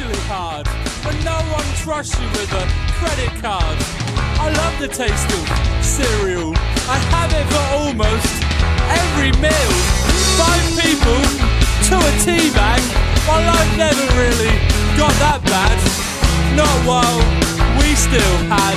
especially hard when no one trusts you with a credit card. I love the taste of cereal. I have it for almost every meal. 5 people to a tea bag. My life never really got that bad. Not while we still had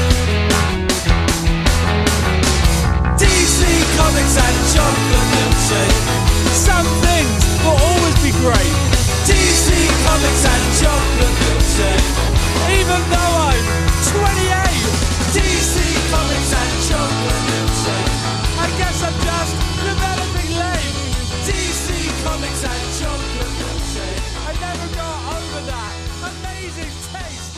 DC Comics and chocolate milkshake. Some things will always be great. DC Comics and chocolate milkshake. Even though I'm 28. DC Comics and chocolate milkshake. I guess I'm just developing late. DC Comics and chocolate milkshake. I never got over that amazing taste.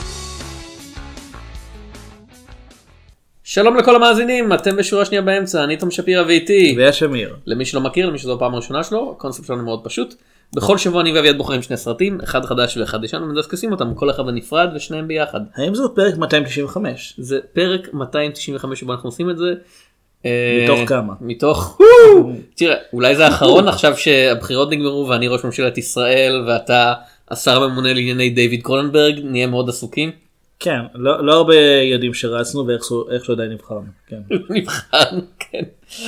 שלום לכל המאזינים, אתם בשורה שנייה באמצע, אני תום שפירא ואיתי והשמיר. למי שלא מכיר, למי שזו הפעם הראשונה שלו, הקונספט שלנו מאוד פשוט. בכל שבוע אני ואביעד בוחרים 2 סרטים, אחד חדש ואחד ישן, ומדסקסים אותם, כל אחד בנפרד ושניהם ביחד. האם זהו פרק 295? זה פרק 295 שבו אנחנו עושים את זה. מתוך כמה? מתוך... תראה, אולי זה האחרון עכשיו שהבחירות נגמרו ואני ראש ממשלת ישראל ואתה השר הממונה לענייני דיוויד קרוננברג, נהיה מאוד עסוקים. כן, לא הרבה יודעים שרצנו ואיכשהו עדיין נבחרנו. נבחרנו, כן.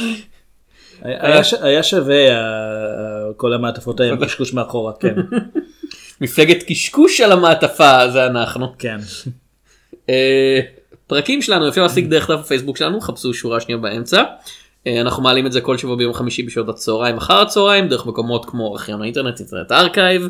היה שווה כל המעטפות האלה קשקוש מאחורה, כן. מפלגת קשקוש על המעטפה, זה אנחנו. כן. פרקים שלנו אפשר להשיג דרך דף הפייסבוק שלנו, חפשו שורה שנייה באמצע. אנחנו מעלים את זה כל שבוע ביום חמישי בשעות הצהריים, אחר הצהריים, דרך מקומות כמו ארכיון האינטרנט, אינטרנט ארכייב,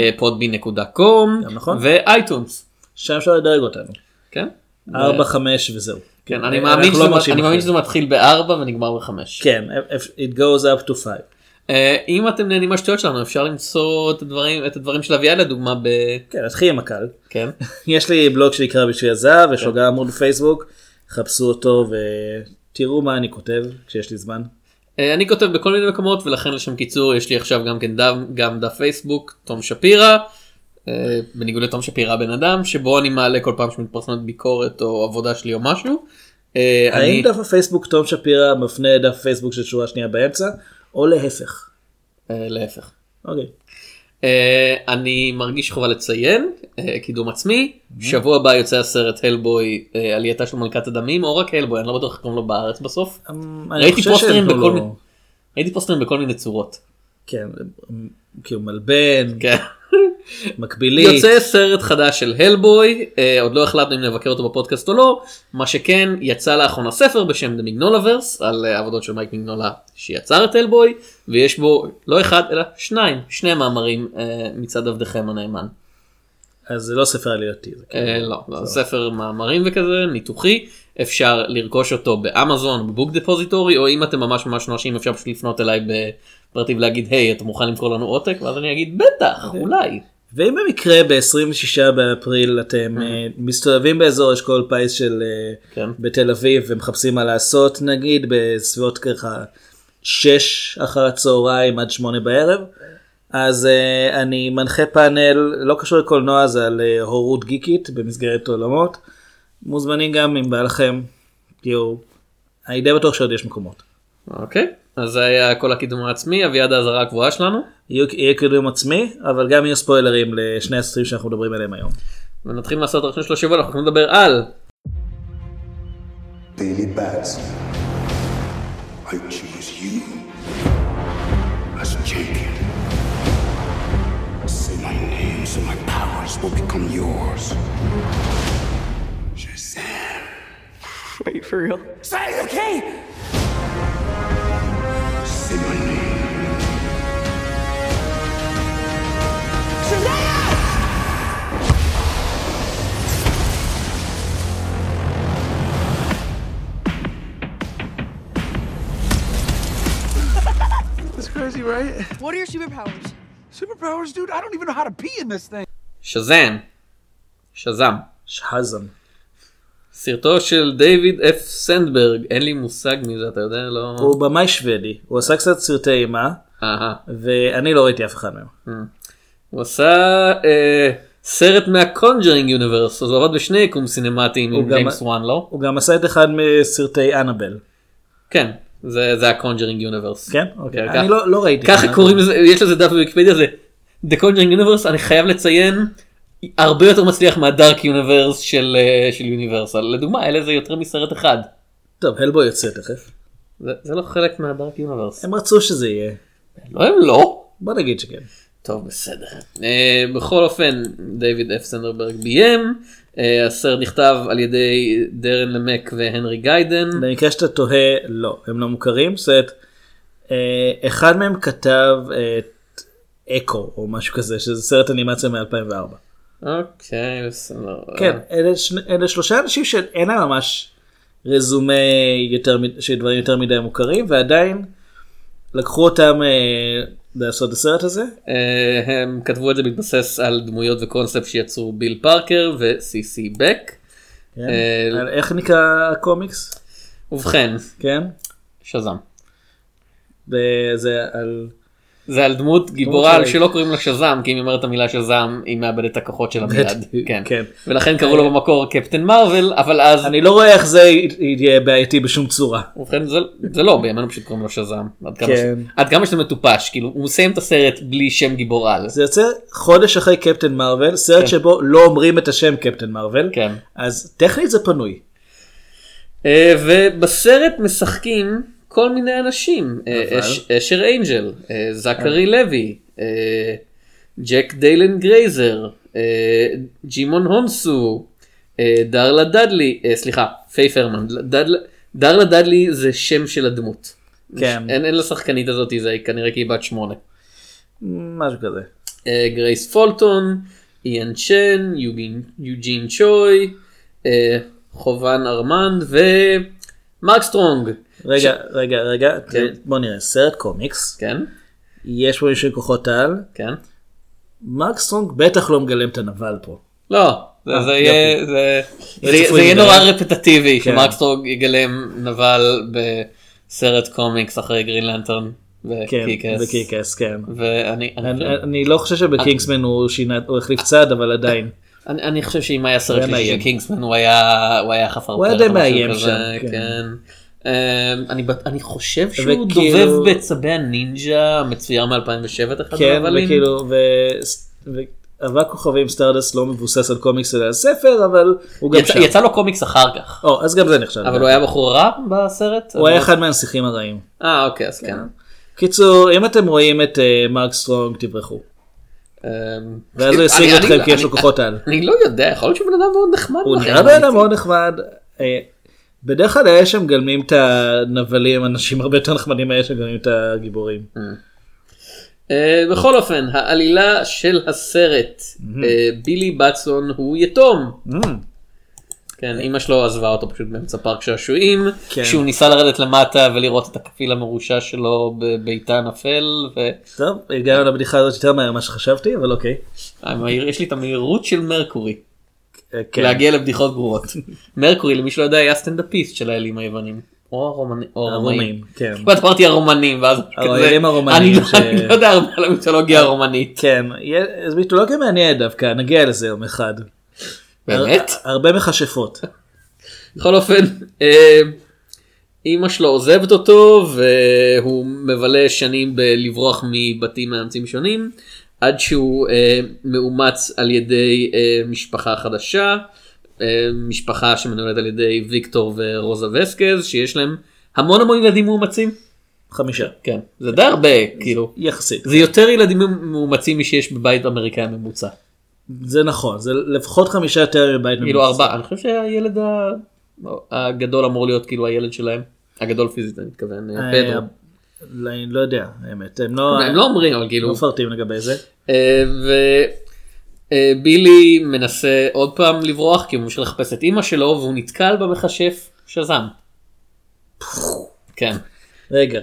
podbean.com ואייטונס. שם אפשר לדרג אותנו. כן? 4, 5 וזהו. כן, אני מאמין שזה מתחיל ב4 ונגמר ב5. כן, it goes up to 5. אם אתם נהנים מהשטויות שלנו, אפשר למצוא את הדברים של אביעד לדוגמה ב... כן, נתחיל עם הקל. כן. יש לי בלוג שנקרא בשביל הזהב, יש לו גם עמוד בפייסבוק, חפשו אותו ותראו מה אני כותב כשיש לי זמן. אני כותב בכל מיני מקומות, ולכן לשם קיצור יש לי עכשיו גם כן גם דף פייסבוק, תום שפירא, בניגוד לתום שפירא בן אדם, שבו אני מעלה כל פעם שמתפרסמת ביקורת או עבודה שלי או משהו. האם דף הפייסבוק תום שפירא מפנה דף פייסבוק של שורה שנייה באמצע, או להפך? להפך. אוקיי. אני מרגיש חובה לציין, קידום עצמי, שבוע הבא יוצא הסרט הלבוי, עלייתה של מלכת הדמים, או רק הלבוי, אני לא בטוח קוראים לו בארץ בסוף. ראיתי פוסטרים בכל מיני צורות. כן, כאילו מלבן. כן. מקבילית. יוצא סרט חדש של הלבוי, עוד לא החלטנו אם נבקר אותו בפודקאסט או לא, מה שכן יצא לאחרונה ספר בשם The Mignolaverse, על עבודות של מייק מיגנולה שיצר את הלבוי, ויש בו לא אחד אלא 2 מאמרים מצד עבדכם הנאמן. אז זה לא ספר עלייתי. לא, זה ספר מאמרים וכזה, ניתוחי, אפשר לרכוש אותו באמזון, בבוק דפוזיטורי, או אם אתם ממש נואשים אפשר פשוט לפנות אליי בפרטי ולהגיד, היי, אתה מוכן למכור לנו עותק? ואז אני אגיד, בטח, אולי. ואם במקרה ב-26 באפריל אתם מסתובבים באזור אשכול פיס של בתל אביב ומחפשים מה לעשות, נגיד בסביבות ככה 6 אחר הצהריים עד 8 בערב, אז אני מנחה פאנל, לא קשור לקולנוע, זה על הורות גיקית במסגרת עולמות. מוזמנים גם אם בא לכם, אני די בטוח שעוד יש מקומות. אוקיי, אז זה היה כל הקידום העצמי, אביעד ההזרה הקבועה שלנו. יהיה קידום עצמי, אבל גם יהיו ספוילרים לשני הסרטים שאנחנו מדברים עליהם היום. ונתחיל מהסרט הראשון של השבוע, אנחנו נדבר על... Daily Bats. I choose you as champion. Say my name so my powers will become yours. Shazam. Wait, for real? Say it, okay? Say my name. Shazam! That's crazy, right? What are your superpowers? Superpowers, dude? I don't even know how to pee in this thing. שזם. סרטו של דיוויד אף סנדברג, אין לי מושג מי זה, אתה יודע? לא... הוא במאי שוודי, הוא עשה קצת סרטי אימה, ואני לא ראיתי אף אחד מהם. הוא עשה סרט מהקונג'רינג יוניברס, אז הוא עבד בשני יקום סינמטיים עם ג'יימס וואן, לא? הוא גם עשה את אחד מסרטי אנבל. כן, זה הקונג'רינג יוניברס. כן? אוקיי, אני לא ראיתי. ככה קוראים לזה, יש לזה דף בוויקיפדיה, זה The Conjuring Universe. אני חייב לציין, הרבה יותר מצליח מהדארק יוניברס של יוניברסל. לדוגמה, אלה זה יותר מסרט אחד. טוב, הלבוי יוצא תכף. זה לא חלק מהדארק יוניברס. הם רצו שזה יהיה. לא, הם לא. בוא נגיד שכן. טוב, בסדר. בכל אופן, דיוויד אף סנדרברג ביים. הסרט נכתב על ידי דרן למק והנרי גיידן. במקרה שאתה תוהה, לא, הם לא מוכרים. זאת אחד מהם כתב את אקו או משהו כזה, שזה סרט אנימציה מ-2004. אוקיי, בסדר. כן, אלה שלושה אנשים שאין להם ממש רזומה של דברים יותר מדי מוכרים, ועדיין לקחו אותם לעשות את הסרט הזה. הם כתבו את זה בהתבסס על דמויות וקונספט שיצרו ביל פארקר וסי.סי בק. איך נקרא הקומיקס? ובכן, כן? שזם. זה על זה על דמות גיבורה שלא קוראים לה שזם, כי אם היא אומרת את המילה שזם היא מאבדת את הכוחות שלה מיד. כן. ולכן קראו לו במקור קפטן מרוויל, אבל אז... אני לא רואה איך זה יהיה בעייתי בשום צורה. ובכן זה לא, בימינו פשוט קוראים לו שזם. עד כמה שזה מטופש, כאילו הוא מסיים את הסרט בלי שם גיבור על. זה יוצא חודש אחרי קפטן מרוויל, סרט שבו לא אומרים את השם קפטן מרוויל, אז טכנית זה פנוי. ובסרט משחקים כל מיני אנשים, אשר אינג'ל, זכרי לוי, ג'ק דיילן גרייזר, ג'ימון הונסו, דרלה דדלי, סליחה, פיי פרמן, דרלה דדלי זה שם של הדמות. כן. אין לשחקנית הזאת, זה כנראה כי היא בת 8. משהו כזה. גרייס פולטון, איאן צ'ן, יוג'ין צ'וי, חובן ארמנד ומרק סטרונג. רגע, בוא נראה, סרט קומיקס, כן, יש פה מישהו כוחות על, כן, מרק סטרונג בטח לא מגלם את הנבל פה. לא, זה יהיה נורא רפטטיבי שמרק סטרונג יגלם נבל בסרט קומיקס אחרי גרין לנטרן וקיקס, כן. אני לא חושב שבקינגסמן הוא החליף צד, אבל עדיין. אני חושב שאם היה סרט של קינגסמן הוא היה חפר הוא היה די מאיים שם. אני חושב שהוא דובב בצבי הנינג'ה מצויר מ-2007 כן, וכאילו ואבק כוכבים סטארדסט לא מבוסס על קומיקס אלא על ספר, אבל הוא גם שם. יצא לו קומיקס אחר כך. אז גם זה נחשב. אבל הוא היה בחור רע בסרט? הוא היה אחד מהנסיכים הרעים. אוקיי, אז כן. קיצור, אם אתם רואים את מרק סטרונג תברחו. ואז הוא ישיג אתכם כי יש לו כוחות על. אני לא יודע, יכול להיות שהוא בן אדם מאוד נחמד. הוא נראה בן אדם מאוד נחמד. בדרך כלל היה שהם גלמים את הנבלים, אנשים הרבה יותר נחמדים היה שהם גלמים את הגיבורים. בכל אופן, העלילה של הסרט, בילי בטסון הוא יתום. כן, אמא שלו עזבה אותו פשוט באמצע פארק שעשועים, כשהוא ניסה לרדת למטה ולראות את הכפיל המרושע שלו בביתה נפל. טוב, הגענו לבדיחה הזאת יותר מהר מה שחשבתי, אבל אוקיי. יש לי את המהירות של מרקורי. להגיע לבדיחות גרועות. מרקורי, למי שלא יודע, היה סטנדאפיסט של האלים היוונים. או הרומאים. כן. כמעט אמרתי הרומנים, ואז האלים הרומנים. אני לא יודע הרבה על המיתולוגיה הרומנית. כן, אז מיתולוגיה מעניינת דווקא, נגיע לזה יום אחד. באמת? הרבה מכשפות. בכל אופן, אמא שלו עוזבת אותו, והוא מבלה שנים בלברוח מבתים מאמצים שונים, עד שהוא מאומץ על ידי משפחה חדשה, משפחה שמנוהלת על ידי ויקטור ורוזה וסקז, שיש להם המון ילדים מאומצים. 5. כן, זה די הרבה, כאילו. יחסית. זה יותר ילדים מאומצים משיש בבית אמריקאי ממוצע. זה נכון, זה לפחות 5 יותר מבית ממוצע. כאילו 4, אני חושב שהילד הגדול אמור להיות כאילו הילד שלהם. הגדול פיזית, אני מתכוון, פדרו. אני לא יודע, האמת. הם לא אומרים, אבל כאילו. לא מפרטים לגבי זה. ובילי מנסה עוד פעם לברוח, כי הוא ממשיך לחפש את אמא שלו, והוא נתקל במכשף שזם. כן. רגע.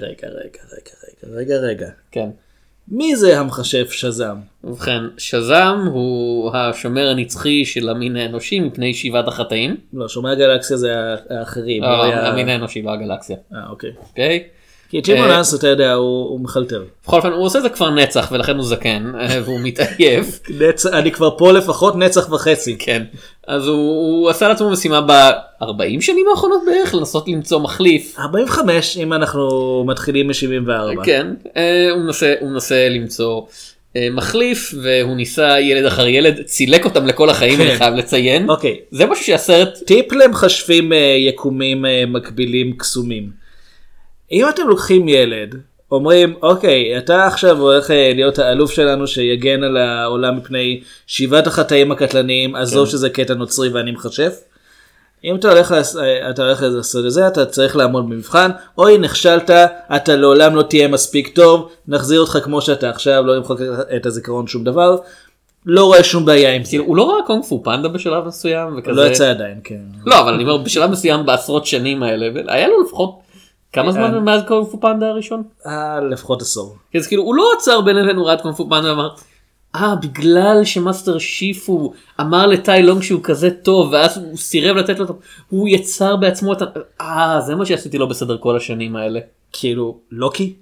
כן. מי זה המכשף שזם? ובכן, שזם הוא השומר הנצחי של המין האנושי מפני שיבת החטאים. לא, שומר הגלקסיה זה האחרים. המין האנושי, לא הגלקסיה. אוקיי. אוקיי? כי ג'ימון האנס, אתה יודע, הוא מחלטר. בכל אופן, הוא עושה את זה כבר נצח, ולכן הוא זקן, והוא מתעייף. אני כבר פה לפחות נצח וחצי. כן. אז הוא עשה לעצמו משימה ב-40 שנים האחרונות בערך, לנסות למצוא מחליף. 45, אם אנחנו מתחילים מ-74. כן. הוא מנסה למצוא מחליף והוא ניסה ילד אחר ילד, צילק אותם לכל החיים, אני חייב לציין. אוקיי. זה משהו שהסרט... טיפ למחשבים יקומים מקבילים קסומים. אם אתם לוקחים ילד, אומרים אוקיי, אתה עכשיו הולך להיות האלוף שלנו שיגן על העולם מפני 7 החטאים הקטלניים, עזוב שזה קטע נוצרי ואני מחשף. אם אתה הולך לעשות את זה, אתה צריך לעמוד במבחן, אוי נכשלת, אתה לעולם לא תהיה מספיק טוב, נחזיר אותך כמו שאתה עכשיו, לא ימחק את הזיכרון שום דבר, לא רואה שום בעיה עם זה. הוא לא ראה קונג פו פנדה בשלב מסוים וכזה? לא יצא עדיין, כן. לא, אבל אני אומר, בשלב מסוים בעשרות שנים האלה, היה לו לפחות כמה זמן מאז קונג פו פנדה הראשון? לפחות עשור. אז כאילו, הוא לא עצר בין לבין, הוא ראה את קונג פו פנדה ואמר, בגלל שמאסטר שיפו אמר לטאי לונג שהוא כזה טוב, ואז הוא סירב לתת לו, הוא יצר בעצמו את זה מה שעשיתי לו בסדר כל השנים האלה. כאילו, לוקי?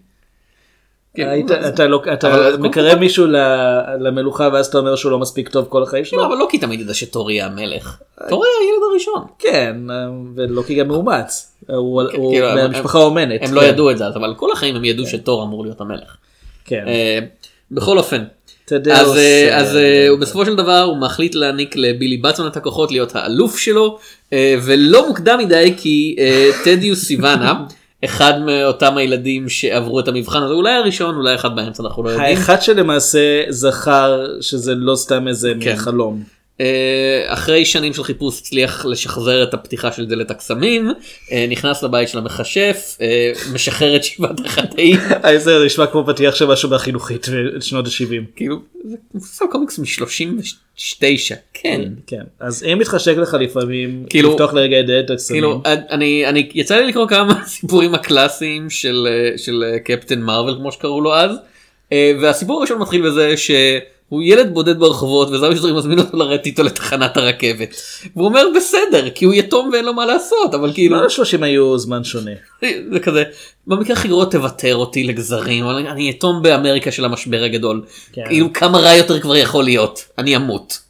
אתה מקרב מישהו למלוכה ואז אתה אומר שהוא לא מספיק טוב כל החיים שלו? לא, אבל לוקי תמיד ידע שתור יהיה המלך. תור היה הילד הראשון. כן, ולוקי גם מאומץ. הוא מהמשפחה אומנת. הם לא ידעו את זה, אבל כל החיים הם ידעו שתור אמור להיות המלך. כן. בכל אופן. אז הוא בסופו של דבר הוא מחליט להעניק לבילי בטמן את הכוחות להיות האלוף שלו, ולא מוקדם מדי כי טדיוס סיוונה, אחד מאותם הילדים שעברו את המבחן הזה, אולי הראשון, אולי אחד באמצע, אנחנו לא יודעים. האחד שלמעשה זכר שזה לא סתם איזה חלום. אחרי שנים של חיפוש הצליח לשחזר את הפתיחה של דלת הקסמים, נכנס לבית של המכשף, משחרר את 7 החטאים. זה נשמע כמו פתיח של משהו בחינוכית בשנות ה-70. כאילו, זה מפורסם קומיקס מ-39, כן. כן, אז אם מתחשק לך לפעמים לפתוח לרגע את דלת הקסמים. כאילו, יצא לי לקרוא כמה סיפורים הקלאסיים של קפטן מרוול כמו שקראו לו אז, והסיפור הראשון מתחיל בזה הוא ילד בודד ברחובות וזהו שצריך מזמין אותו לרדת איתו לתחנת הרכבת. והוא אומר בסדר כי הוא יתום ואין לו מה לעשות, אבל כאילו... לא 30 היו זמן שונה. זה כזה, במקרה הכי גרוע תוותר אותי לגזרים, אבל אני יתום באמריקה של המשבר הגדול. כאילו כמה רע יותר כבר יכול להיות, אני אמות.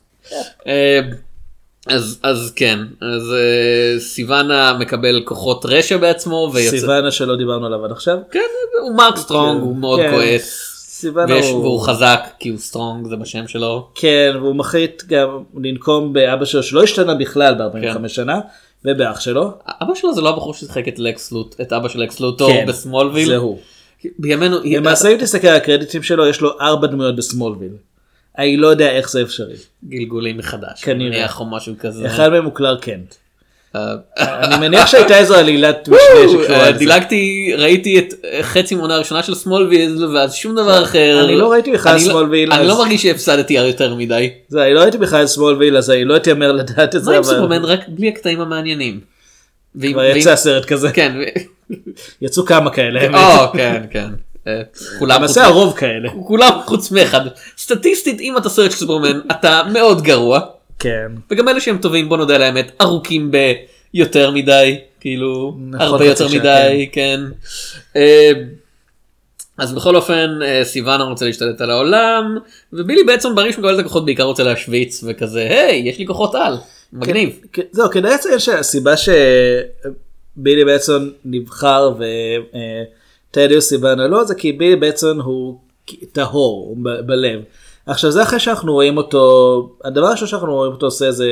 אז כן, אז סיוונה מקבל כוחות רשע בעצמו. סיוונה שלא דיברנו עליו עד עכשיו. כן, הוא מרק סטרונג, הוא מאוד כועס. והוא חזק כי הוא סטרונג, זה בשם שלו. כן, והוא מחליט גם לנקום באבא שלו שלא השתנה בכלל ב-45 שנה, ובאח שלו. אבא שלו זה לא הבחור ששחק את אבא של אקס לוטור בסמולוויל. זה הוא. בימינו... למעשה אם תסתכל על הקרדיטים שלו, יש לו 4 דמויות בסמולוויל. אני לא יודע איך זה אפשרי. גלגולים מחדש. כנראה. או משהו כזה. אחד מהם הוא קלארק קנט. אני מניח שהייתה איזו עלילת משנה. דילגתי, ראיתי את חצי מעונה הראשונה של סמולוויל ואז שום דבר אחר. אני לא ראיתי בכלל סמולוויל. אני לא מרגיש שהפסדתי יותר מדי. אני לא ראיתי בכלל סמולוויל אז אני לא הייתי אומר לדעת את זה. מה עם סופרמן רק בלי הקטעים המעניינים. כבר יצא סרט כזה. כן. יצאו כמה כאלה. כן כן. למעשה הרוב כאלה. כולם חוץ מאחד. סטטיסטית אם אתה סרט של סופרמן אתה מאוד גרוע. כן. וגם אלה שהם טובים בוא נודה על האמת ארוכים ביותר מדי כאילו הרבה יותר מדי כן. אז בכל אופן סיוונה רוצה להשתלט על העולם ובילי בעצם בריש מקבל את הכוחות בעיקר רוצה להשוויץ וכזה היי יש לי כוחות על מגניב. זהו כדאי לציין שהסיבה שבילי בעצם נבחר וטדיוס סיוונה לא זה כי בילי בעצם הוא טהור בלב. עכשיו זה אחרי שאנחנו רואים אותו, הדבר הראשון שאנחנו רואים אותו עושה זה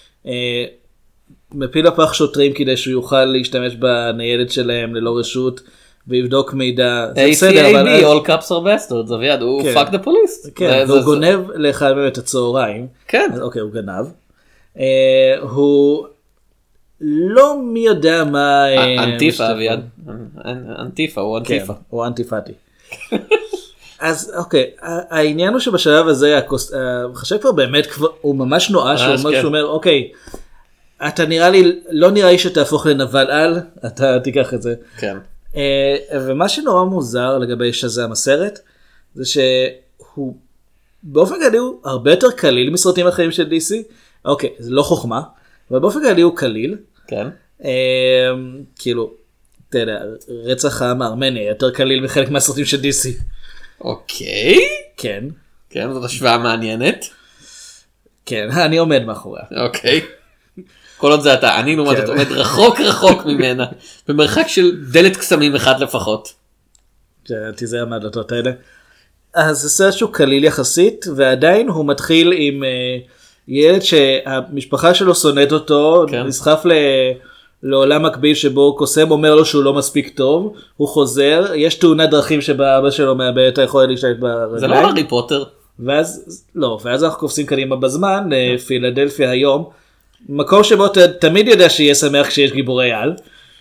מפיל לפח שוטרים כדי שהוא יוכל להשתמש בניידת שלהם ללא רשות ויבדוק מידע. ACAB, All Cops are Bastards, אביעד, הוא fuck the police. כן, והוא גונב לאחד מהם את הצהריים. כן. אוקיי, הוא גנב. הוא לא מי יודע מה... אנטיפה אביעד, אנטיפה, הוא אנטיפה. הוא אנטיפתי. אז אוקיי, העניין הוא שבשלב הזה החשב כבר באמת הוא ממש נואש, הוא אומר אוקיי, אתה נראה לי, לא נראה לי שתהפוך לנבל על, אתה תיקח את זה. כן. ומה שנורא מוזר לגבי שזאם הסרט, זה שהוא באופן כללי הוא הרבה יותר קליל מסרטים אחרים של DC, אוקיי, זה לא חוכמה, אבל באופן כללי הוא קליל. כן. כאילו, אתה יודע, רצח העם הארמני יותר קליל מחלק מהסרטים של DC. אוקיי. כן. כן, זאת השוואה מעניינת. כן, אני עומד מאחוריה. אוקיי. כל עוד זה אתה, אני לעומת זאת עומד רחוק ממנה, במרחק של דלת קסמים אחד לפחות. תיזהר מהדלתות האלה. אז זה סרט שהוא קליל יחסית, ועדיין הוא מתחיל עם ילד שהמשפחה שלו שונאת אותו, נסחף לעולם מקביל שבו קוסם אומר לו שהוא לא מספיק טוב, הוא חוזר, יש תאונת דרכים שבה אבא שלו מאבד את היכולת להשתלט ברגליים. זה לא הארי פוטר. ואז אנחנו קופצים קדימה בזמן, פילדלפיה היום, מקום שבו אתה תמיד יודע שיהיה שמח כשיש גיבורי על.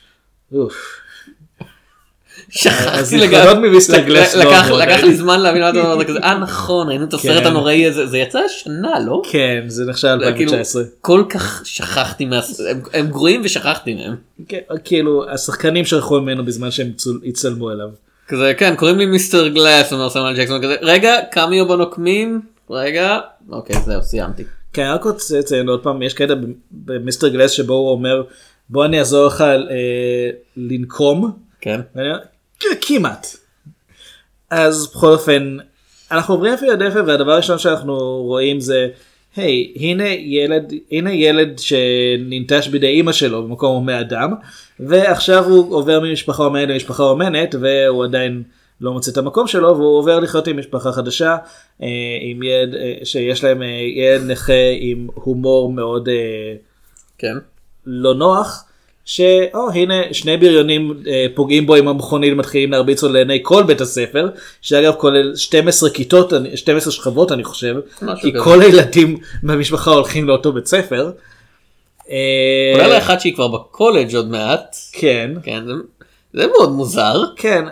שכחתי לגמרי, לקח לי זמן להבין מה אתה אומר כזה, נכון, ראינו את הסרט הנוראי, זה יצא השנה, לא? כן, זה נחשב 2019. כל כך שכחתי, הם גרועים ושכחתי מהם. כאילו, השחקנים שכחו ממנו בזמן שהם יצלמו אליו. כזה, כן, קוראים לי מיסטר גלאס, אומר סמואל ג'קסון, כזה, רגע, קמיו בנוקמים, רגע, אוקיי, זהו, סיימתי. כן, רק רוצה לציין עוד פעם, יש קטע במיסטר גלאס שבו הוא אומר, בוא אני אעזור לך לנקום. כן. כמעט. אז בכל אופן, אנחנו עוברים פילדלפיה, והדבר הראשון שאנחנו רואים זה, היי, הנה ילד שננטש בידי אמא שלו במקום הומה אדם, ועכשיו הוא עובר ממשפחה אומנת למשפחה אומנת, והוא עדיין לא מוצא את המקום שלו, והוא עובר לחיות עם משפחה חדשה, עם ילד שיש להם ילד נכה עם הומור מאוד כן. לא נוח, הנה שני בריונים פוגעים בו עם המכונית, מתחילים להרביץ לו לעיני כל בית הספר, שאגב כולל 12 כיתות, 12 שכבות אני חושב, כי כל הילדים מהמשפחה הולכים לאותו בית ספר. כולל האחד שהיא כבר בקולג' עוד מעט. כן. זה מאוד מוזר. כן,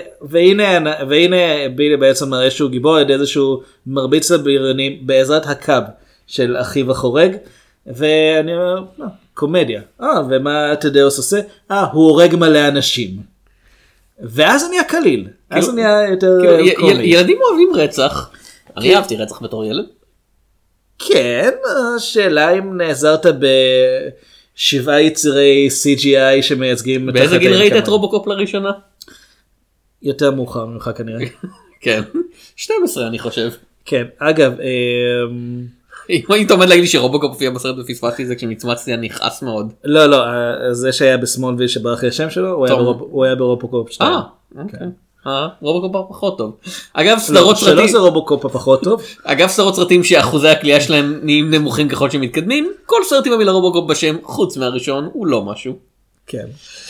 והנה בילי בעצם מראה שהוא גיבור על ידי איזשהו מרביץ לבריונים בעזרת הקאב של אחיו החורג, ואני אומר, קומדיה. ומה תדאוס עושה? הוא הורג מלא אנשים. ואז אני הקליל. אז אני יותר קומי. ילדים אוהבים רצח. אני אהבתי רצח בתור ילד. כן, השאלה אם נעזרת ב7 יצירי CGI שמייצגים... באיזה גיל ראית את רובוקופ לראשונה? יותר מאוחר ממך כנראה. כן, 12 אני חושב. כן, אגב... אם היית עומד להגיד לי שרובוקופ הופיע בסרט ופספסתי זה כשמצמצתי אני נכעס מאוד. לא, זה שהיה בסמולוויל שברח לי השם שלו, הוא היה ברובוקופ 2. אוקיי. רובוקופ פחות טוב. אגב סדרות סרטים... שלא זה רובוקופ הפחות טוב. אגב סדרות סרטים שאחוזי הקליעה שלהם נהיים נמוכים ככל שמתקדמים, כל סרט עם המילה רובוקופ בשם חוץ מהראשון הוא לא משהו. כן.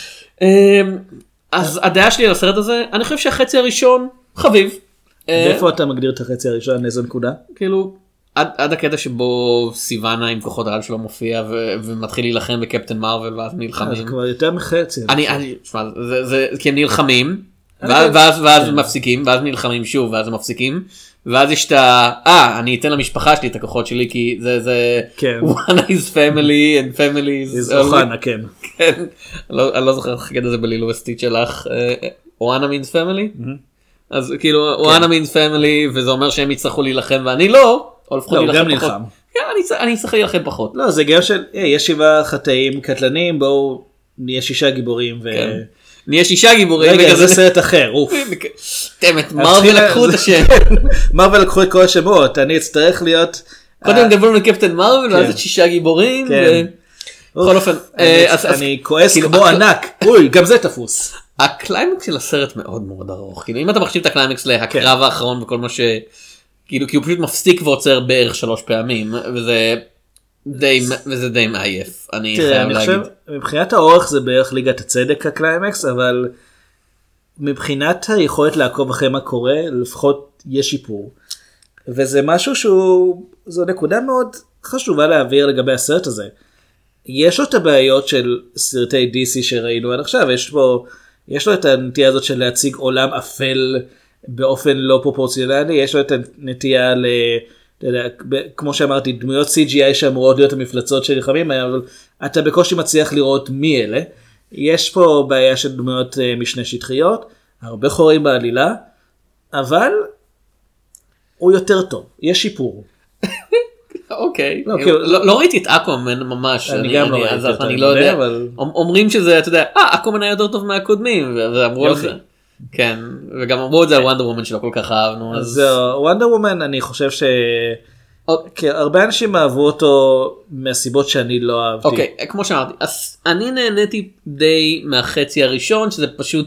אז הדעה שלי על הסרט הזה, אני חושב שהחצי הראשון חביב. ואיפה אתה מגדיר את החצי הראשון? איזו נקודה? כאילו... עד הקטע שבו סיוונה עם כוחות העל שלו מופיע ומתחיל להילחם בקפטן מרוויל ואז נלחמים. זה כבר יותר מחצי. כי הם נלחמים ואז מפסיקים ואז נלחמים שוב ואז הם מפסיקים ואז יש את אני אתן למשפחה שלי את הכוחות שלי כי זה one is family and family is אוחנה, כן. אני לא זוכר איך את זה בלילו וסטיץ' שלך. אוחנה means family? אז כאילו אוחנה means family וזה אומר שהם יצטרכו להילחם ואני לא. הוא גם נלחם. אני צריך להילחם פחות. לא, זה גם של, יש 7 חטאים קטלניים, בואו נהיה 6 גיבורים. נהיה 6 גיבורים. רגע, זה סרט אחר, אוף. מרוויל לקחו את השם. מרוויל לקחו את כל השמות, אני אצטרך להיות... קודם גדלנו לקפטן מרוויל, ואז את 6 גיבורים. בכל אופן. אני כועס כמו ענק, אוי, גם זה תפוס. הקליימקס של הסרט מאוד מאוד ארוך. אם אתה מחשיב את הקליימקס להקרב האחרון וכל מה ש... כאילו כי הוא פשוט מפסיק ועוצר בערך 3 פעמים וזה די מעייף. אני חייב להגיד. מבחינת האורך זה בערך ליגת הצדק הקליימקס, אבל מבחינת היכולת לעקוב אחרי מה קורה לפחות יש שיפור. וזה משהו זו נקודה מאוד חשובה להעביר לגבי הסרט הזה. יש לו את הבעיות של סרטי DC שראינו עד עכשיו, יש לו את הנטייה הזאת של להציג עולם אפל באופן לא פרופורציונלי, יש לו את הנטייה כמו שאמרתי, דמויות CGI שאמורות להיות המפלצות של נלחמים, אבל אתה בקושי מצליח לראות מי אלה. יש פה בעיה של דמויות משנה שטחיות, הרבה חורים בעלילה, אבל הוא יותר טוב, יש שיפור. אוקיי, לא ראיתי את אקוואמן ממש, אני גם לא ראיתי אותו, אני לא יודע, אומרים שזה, אתה יודע, אקוואמן היה יותר טוב מהקודמים, ואמרו על זה. כן, וגם אמרו את זה על וונדר וומן שלא כל כך אהבנו. אז וונדר וומן אני חושב שהרבה אנשים אהבו אותו מהסיבות שאני לא אהבתי. אוקיי, כמו שאמרתי, אז אני נהניתי די מהחצי הראשון, שזה פשוט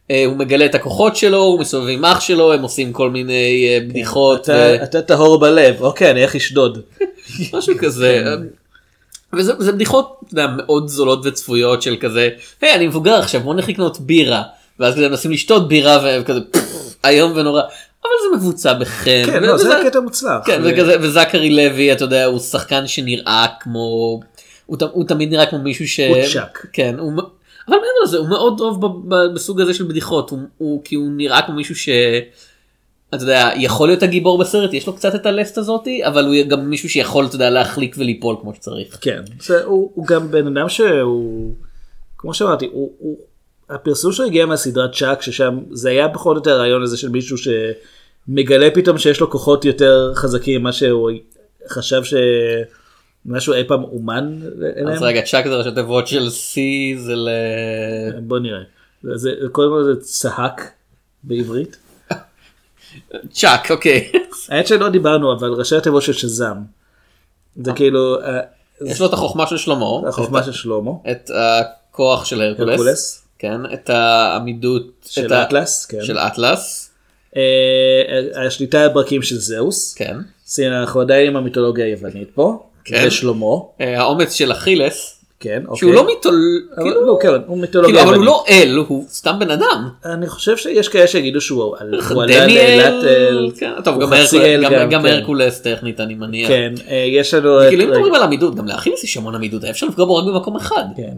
הוא מגלה את הכוחות שלו, הוא מסובב עם אח שלו, הם עושים כל מיני בדיחות. אתה טהור בלב, אוקיי, אני איך אשדוד. משהו כזה. וזה בדיחות מאוד זולות וצפויות של כזה, היי, אני מבוגר עכשיו, בוא נלך לקנות בירה. ואז כזה מנסים לשתות בירה וכזה איום ונורא. אבל זה מבוצע בחן. כן, לא, זה הקטע מוצלח. כן, וזכרי לוי, אתה יודע, הוא שחקן שנראה כמו, הוא תמיד נראה כמו מישהו הוא צ'אק. כן, אבל מעבר לזה, הוא מאוד טוב בסוג הזה של בדיחות, כי הוא נראה כמו מישהו ש, אתה יודע, יכול להיות הגיבור בסרט, יש לו קצת את הלסט הזאתי, אבל הוא גם מישהו שיכול, אתה יודע, להחליק וליפול כמו שצריך. כן, הוא גם בן אדם שהוא, כמו שאמרתי, הפרסום שלו הגיע מהסדרת צ'אק, ששם זה היה פחות או יותר הרעיון הזה של מישהו שמגלה פתאום שיש לו כוחות יותר חזקים, מה שהוא חשב שמשהו אי פעם אומן אליהם. אז רגע, צ'אק זה ראשי תיבות של C, זה ל... בוא נראה. קודם כל זה צהק בעברית. צ'אק, אוקיי. האמת שלא דיברנו, אבל ראשי התיבות של שזם. זה כאילו... יש לו את החוכמה של שלמה. החוכמה של שלמה. את הכוח של הרקולס. כן, את העמידות של אטלס, כן. של אטלס. השליטה על ברקים של זהוס. כן. אנחנו עדיין עם המיתולוגיה היוונית פה. כן. ושלמה. האומץ של אכילס. כן, אוקיי. שהוא לא לא, כן, הוא מיתולוגיה יוונית. אבל הוא לא אל, הוא סתם בן אדם. אני חושב שיש כאלה שיגידו שהוא דניאל. טוב, גם הרקולס טכנית אני מניח. כן, יש לנו... כאילו אם מדברים על עמידות, גם לאכילס יש המון עמידות, אפשר לפגוע בו רק במקום אחד. כן.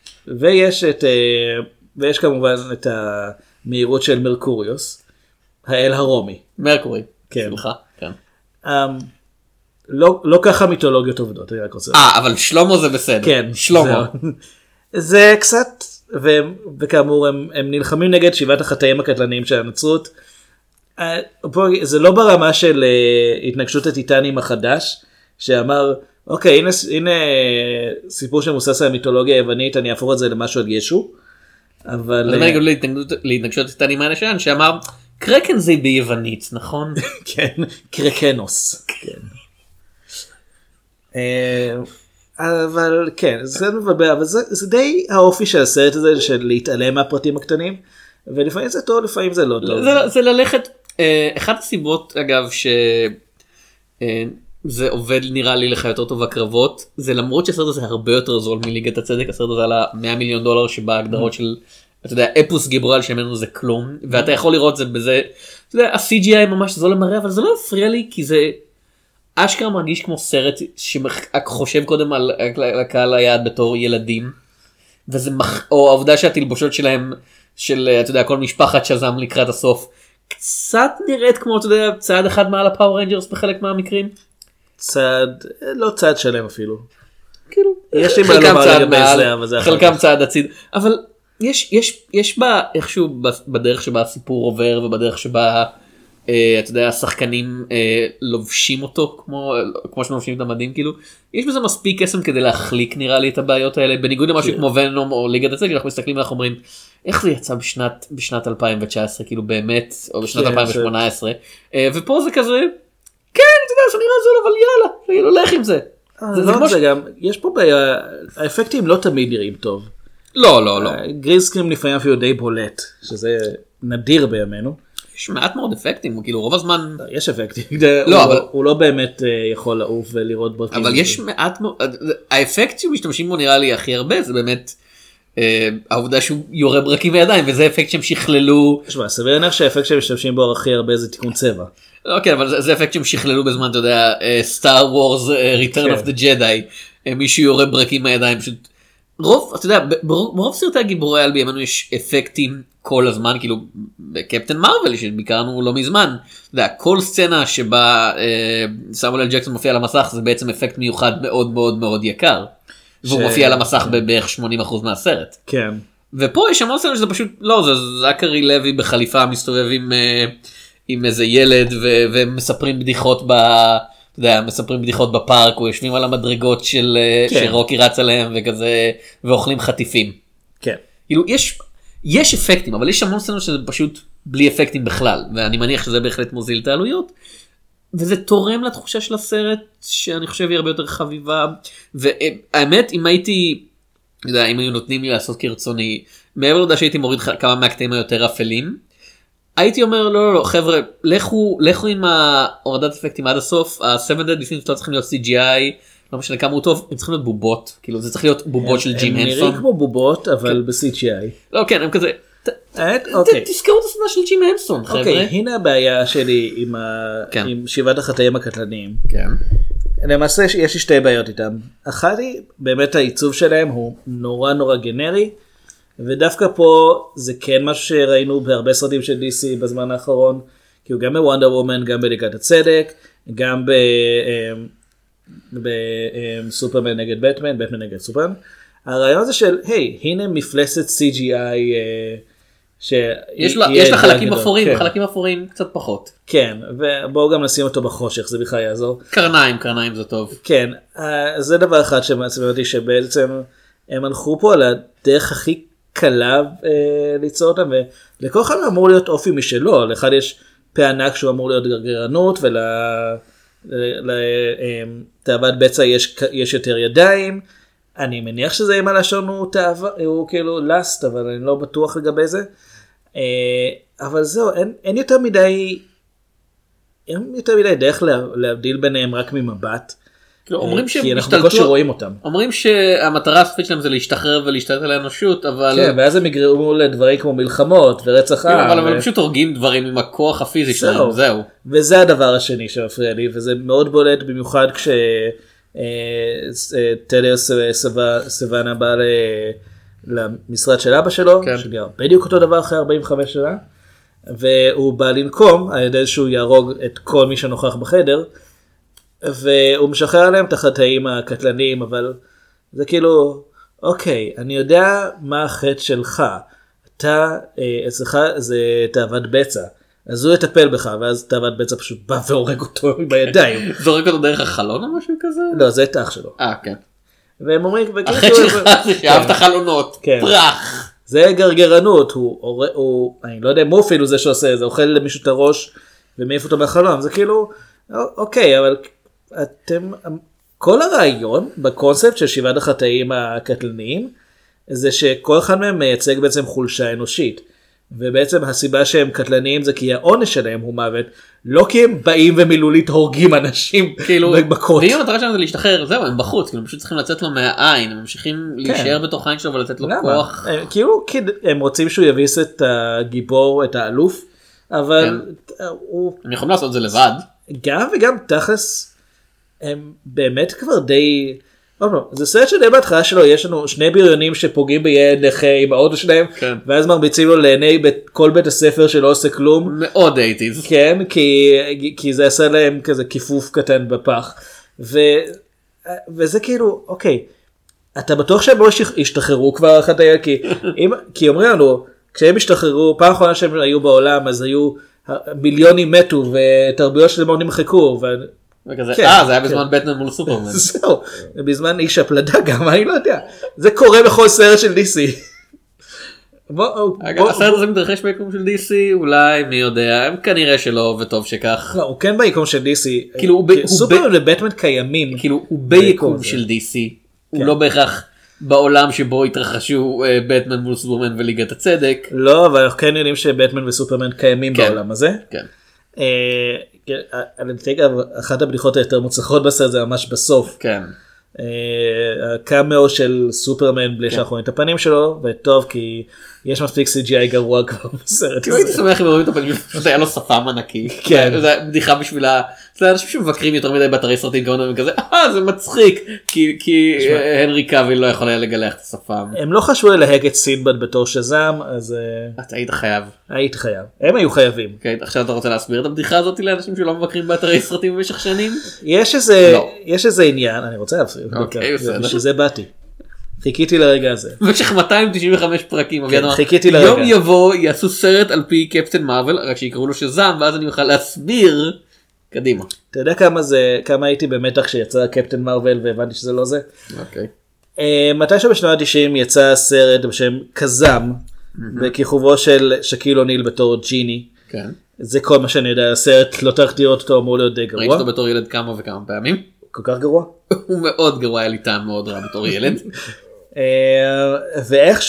ויש כמובן את המהירות של מרקוריוס, האל הרומי. מרקורי, כן. סליחה, כן. לא ככה מיתולוגיות עובדות, אני רק רוצה. אבל שלמה זה בסדר. כן. שלמה. זה קצת, וכאמור הם נלחמים נגד 7 החטאים הקטלניים של הנצרות. זה לא ברמה של התנגשות הטיטנים החדש, שאמר, אוקיי, הנה סיפור שמבוסס על המיתולוגיה היוונית, אני אהפוך את זה למשהו על ישו. אבל... זה מגיע להתנגשות הטיטנים האלה שאמר, קרקן זה ביוונית, נכון? כן, קרקנוס. כן. אבל כן, זה מבלבל, אבל זה די האופי של הסרט הזה, של להתעלם מהפרטים הקטנים, ולפעמים זה טוב, לפעמים זה לא טוב. זה ללכת, אחת הסיבות אגב שזה עובד נראה לי לך יותר טוב הקרבות, זה למרות שהסרט הזה הרבה יותר זול מליגת הצדק, הסרט הזה עלה $100 מיליון שבהגדרות של, אתה יודע, אפוס גיבורל שמנו זה כלום, ואתה יכול לראות זה בזה, אתה יודע, ה-CGI ממש זול למראה, אבל זה לא הפריע לי, כי זה אשכרה מרגיש כמו סרט שחושב קודם על הקהל היעד בתור ילדים, או העובדה שהתלבושות שלהם, של, אתה יודע, כל משפחת שזם לקראת הסוף, קצת נראית כמו, אתה יודע, צעד אחד מעל הפאור רנג'רס בחלק מהמקרים. לא צעד שלם אפילו. כאילו, יש לי מה לומר לגבי זה, אבל זה חלקם צעד הציד. אבל יש בה איכשהו בדרך שבה הסיפור עובר, ובדרך שבה, אתה יודע, השחקנים לובשים אותו, כמו שלובשים את המדים, כאילו, יש בזה מספיק קסם כדי להחליק נראה לי את הבעיות האלה, בניגוד למשהו כמו ונום או ליגת הצדק, אנחנו מסתכלים ואנחנו אומרים, איך זה יצא בשנת 2019, כאילו באמת, או בשנת 2018, ופה זה כזה, כן, אתה יודע, זה נראה זול, אבל יאללה, הולך עם זה. זה גם, יש פה בעיה, האפקטים לא תמיד נראים טוב. לא. גרינסקרים לפעמים אפילו די בולט, שזה נדיר בימינו. יש מעט מאוד אפקטים, כאילו רוב הזמן... יש אפקטים, לא, הוא לא באמת יכול לעוף ולראות ברקים. אבל יש מעט מאוד, האפקט שמשתמשים בו נראה לי הכי הרבה, זה באמת העובדה שהוא יורה ברקים בידיים, וזה אפקט שהם שכללו... תשמע, סביר להניח שהאפקט שהם משתמשים בו הכי הרבה זה תיקון צבע. אוקיי, אבל זה אפקט שהם שכללו בזמן, אתה יודע, Star Wars Return of the Jedi, מישהו יורה ברקים בידיים, פשוט... רוב, אתה יודע, ברוב סרטי הגיבורי על בימינו יש אפקטים כל הזמן, כאילו בקפטן מרוול שביקרנו לא מזמן, אתה יודע, כל סצנה שבה סמואל אל ג'קסון מופיע על המסך זה בעצם אפקט מיוחד מאוד מאוד מאוד יקר, והוא מופיע על המסך בערך 80% מהסרט. כן. ופה יש המון סצנה שזה פשוט, לא, זה זכרי לוי בחליפה מסתובב עם איזה ילד ומספרים בדיחות אתה יודע, מספרים בדיחות בפארק, או יושבים על המדרגות שרוקי רץ עליהם וכזה, ואוכלים חטיפים. כן. כאילו, יש אפקטים, אבל יש המון סצנות שזה פשוט בלי אפקטים בכלל, ואני מניח שזה בהחלט מוזיל את העלויות, וזה תורם לתחושה של הסרט, שאני חושב היא הרבה יותר חביבה, והאמת, אם הייתי, אתה יודע, אם היו נותנים לי לעשות כרצוני, מעבר לדעת שהייתי מוריד כמה מהקטעים היותר אפלים, הייתי אומר לא חבר'ה, לכו עם ההורדת אפקטים עד הסוף, ה-7 Deadly Sins לא צריכים להיות CGI, לא משנה כמה הוא טוב, הם צריכים להיות בובות, כאילו זה צריך להיות בובות של ג'ים הנסון. הם נראים כמו בובות אבל ב-CGI. לא כן, הם כזה, תזכרו את הסדרה של ג'ים הנסון חבר'ה. אוקיי, הנה הבעיה שלי עם 7 החטאים הקטלניים. כן. למעשה יש לי שתי בעיות איתם. אחת היא באמת העיצוב שלהם הוא נורא גנרי, ודווקא פה זה כן משהו שראינו בהרבה סרטים של DC בזמן האחרון, כי הוא גם בוונדר וומן, גם בליגת הצדק, גם בסופרמן נגד בטמן, בטמן נגד סופרמן. הרעיון הזה של, היי, הנה מפלסת CGI יש לה חלקים אפורים, חלקים אפורים קצת פחות. כן, ובואו גם נשים אותו בחושך, זה בכלל יעזור. קרניים זה טוב. כן, זה דבר אחד שמעצבן אותי, שבעצם הם הלכו פה על הדרך הכי קלה ליצור אותם, ולכל אחד אמור להיות אופי משלו, לאחד יש פה ענק שהוא אמור להיות גרגרנות, ולתאוות בצע יש יותר ידיים, אני מניח שזה עם הלשון הוא כאילו לסט, אבל אני לא בטוח לגבי זה, אבל זהו, אין יותר מדי דרך להבדיל ביניהם רק ממבט, כי אנחנו בקושי רואים אותם. אומרים שהמטרה הסופית שלהם זה להשתחרר ולהשתלט על האנושות, אבל... כן, ואז הם יגרמו לדברים כמו מלחמות ורצח עם. אבל הם פשוט הורגים דברים עם הכוח הפיזי שלהם, זהו. וזה הדבר השני שמפריע לי, וזה מאוד בולט במיוחד טליוס סוואנה בא למשרד של אבא שלו, שגר בדיוק אותו דבר אחרי 45 שנה, והוא בא לנקום על ידי שהוא יהרוג את כל מי שנוכח בחדר, והוא משחרר עליהם את החטאים הקטלניים, אבל זה כאילו, אוקיי, אני יודע מה החטא שלך, אצלך זה תאוות בצע, אז הוא יטפל בך, ואז תאוות בצע פשוט בא והורג אותו בידיים. זורק אותו דרך החלון או משהו כזה? לא, זה את אח שלו. כן. והם אומרים, החטא שלך זה שאהבת חלונות, פרח. זה גרגרנות, אני לא יודע אם הוא אפילו זה שעושה, זה אוכל למישהו את הראש ומעיף אותו מהחלון, זה כאילו, אוקיי, אבל כל הרעיון בקונספט של 7 החטאים הקטלניים, זה שכל אחד מהם מייצג בעצם חולשה אנושית, ובעצם הסיבה שהם קטלניים זה כי העונש שלהם הוא מוות, לא כי הם באים ומילולית הורגים אנשים בקרות. ואם המטרה שלהם זה להשתחרר, זהו, הם בחוץ, כאילו הם פשוט צריכים לצאת לו מהעין, הם ממשיכים להישאר בתוך העין שלו ולתת לו כוח. כאילו הם רוצים שהוא יביס את הגיבור, את האלוף, אבל הם יכולים לעשות את זה לבד. גם וגם תכלס, הם באמת כבר די... זה סרט שדי בהתחלה שלו, יש לנו 2 בריונים שפוגעים בילד נכה עם האוטו שלהם, ואז מרביצים לו לעיני כל בית הספר שלא עושה כלום. מאוד 80s. כן, כי זה עשה להם כזה כיפוף קטן בפח. וזה כאילו, אוקיי, אתה בטוח שהם לא השתחררו כבר אחת היד, כי אומרים לנו, כשהם השתחררו, פעם אחרונה שהם היו בעולם, אז היו מיליונים מתו, ותרבויות שלמות נמחקו, זה היה בזמן בטמן מול סופרמן. זהו, בזמן איש הפלדה גם, אני לא יודע. זה קורה בכל סרט של DC. הסרט הזה מתרחש ביקום של DC, אולי, מי יודע, הם כנראה שלא, וטוב שכך. לא, הוא כן ביקום של DC. סופרמן ובטמן קיימים. כאילו, הוא ביקום של DC. הוא לא בהכרח בעולם שבו התרחשו בטמן מול סופרמן וליגת הצדק. לא, אבל אנחנו כן יודעים שבטמן וסופרמן קיימים בעולם הזה. כן. אחת הבדיחות היותר מוצלחות בסרט זה ממש בסוף. כן. הקאמאו של סופרמן בלי שאנחנו רואים את הפנים שלו, וטוב כי יש מספיק CGI גרוע כבר בסרט הזה. הייתי שמח אם רואים את הפנים, זה היה לו שפם ענקי. כן. זה בדיחה בשבילה, זה אנשים שמבקרים יותר מדי באתרי סרטים גאונים וכזה, זה מצחיק, כי הנרי קאביל לא יכול היה לגלח את השפם. הם לא חשבו ללהק את סינבד בתור שזם, אז... אתה היית חייב. היית חייב. הם היו חייבים. עכשיו אתה רוצה להסביר את הבדיחה הזאת לאנשים שלא מבקרים באתרי סרטים במשך שנים? יש איזה עניין, אני רוצה להסביר. בשביל זה באתי. חיכיתי לרגע הזה. במשך 295 פרקים. חיכיתי לרגע. יום יבוא יעשו סרט על פי קפטן מארוול, רק שיקראו לו שזם, ואז אני אוכל להסביר קדימה. אתה יודע כמה הייתי במתח שיצא קפטן מארוול והבנתי שזה לא זה? אוקיי. מתישהו בשנות ה-90 יצא סרט בשם קזם, בכיכובו של שקיל אוניל בתור ג'יני. כן. זה כל מה שאני יודע, הסרט לא צריך לראות אותו, אמור להיות די גרוע. ראית אותו בתור ילד כמה וכמה פעמים? כל כך גרוע? הוא מאוד גרוע, היה לי טעם מאוד רע בתור ילד. ואיכשהו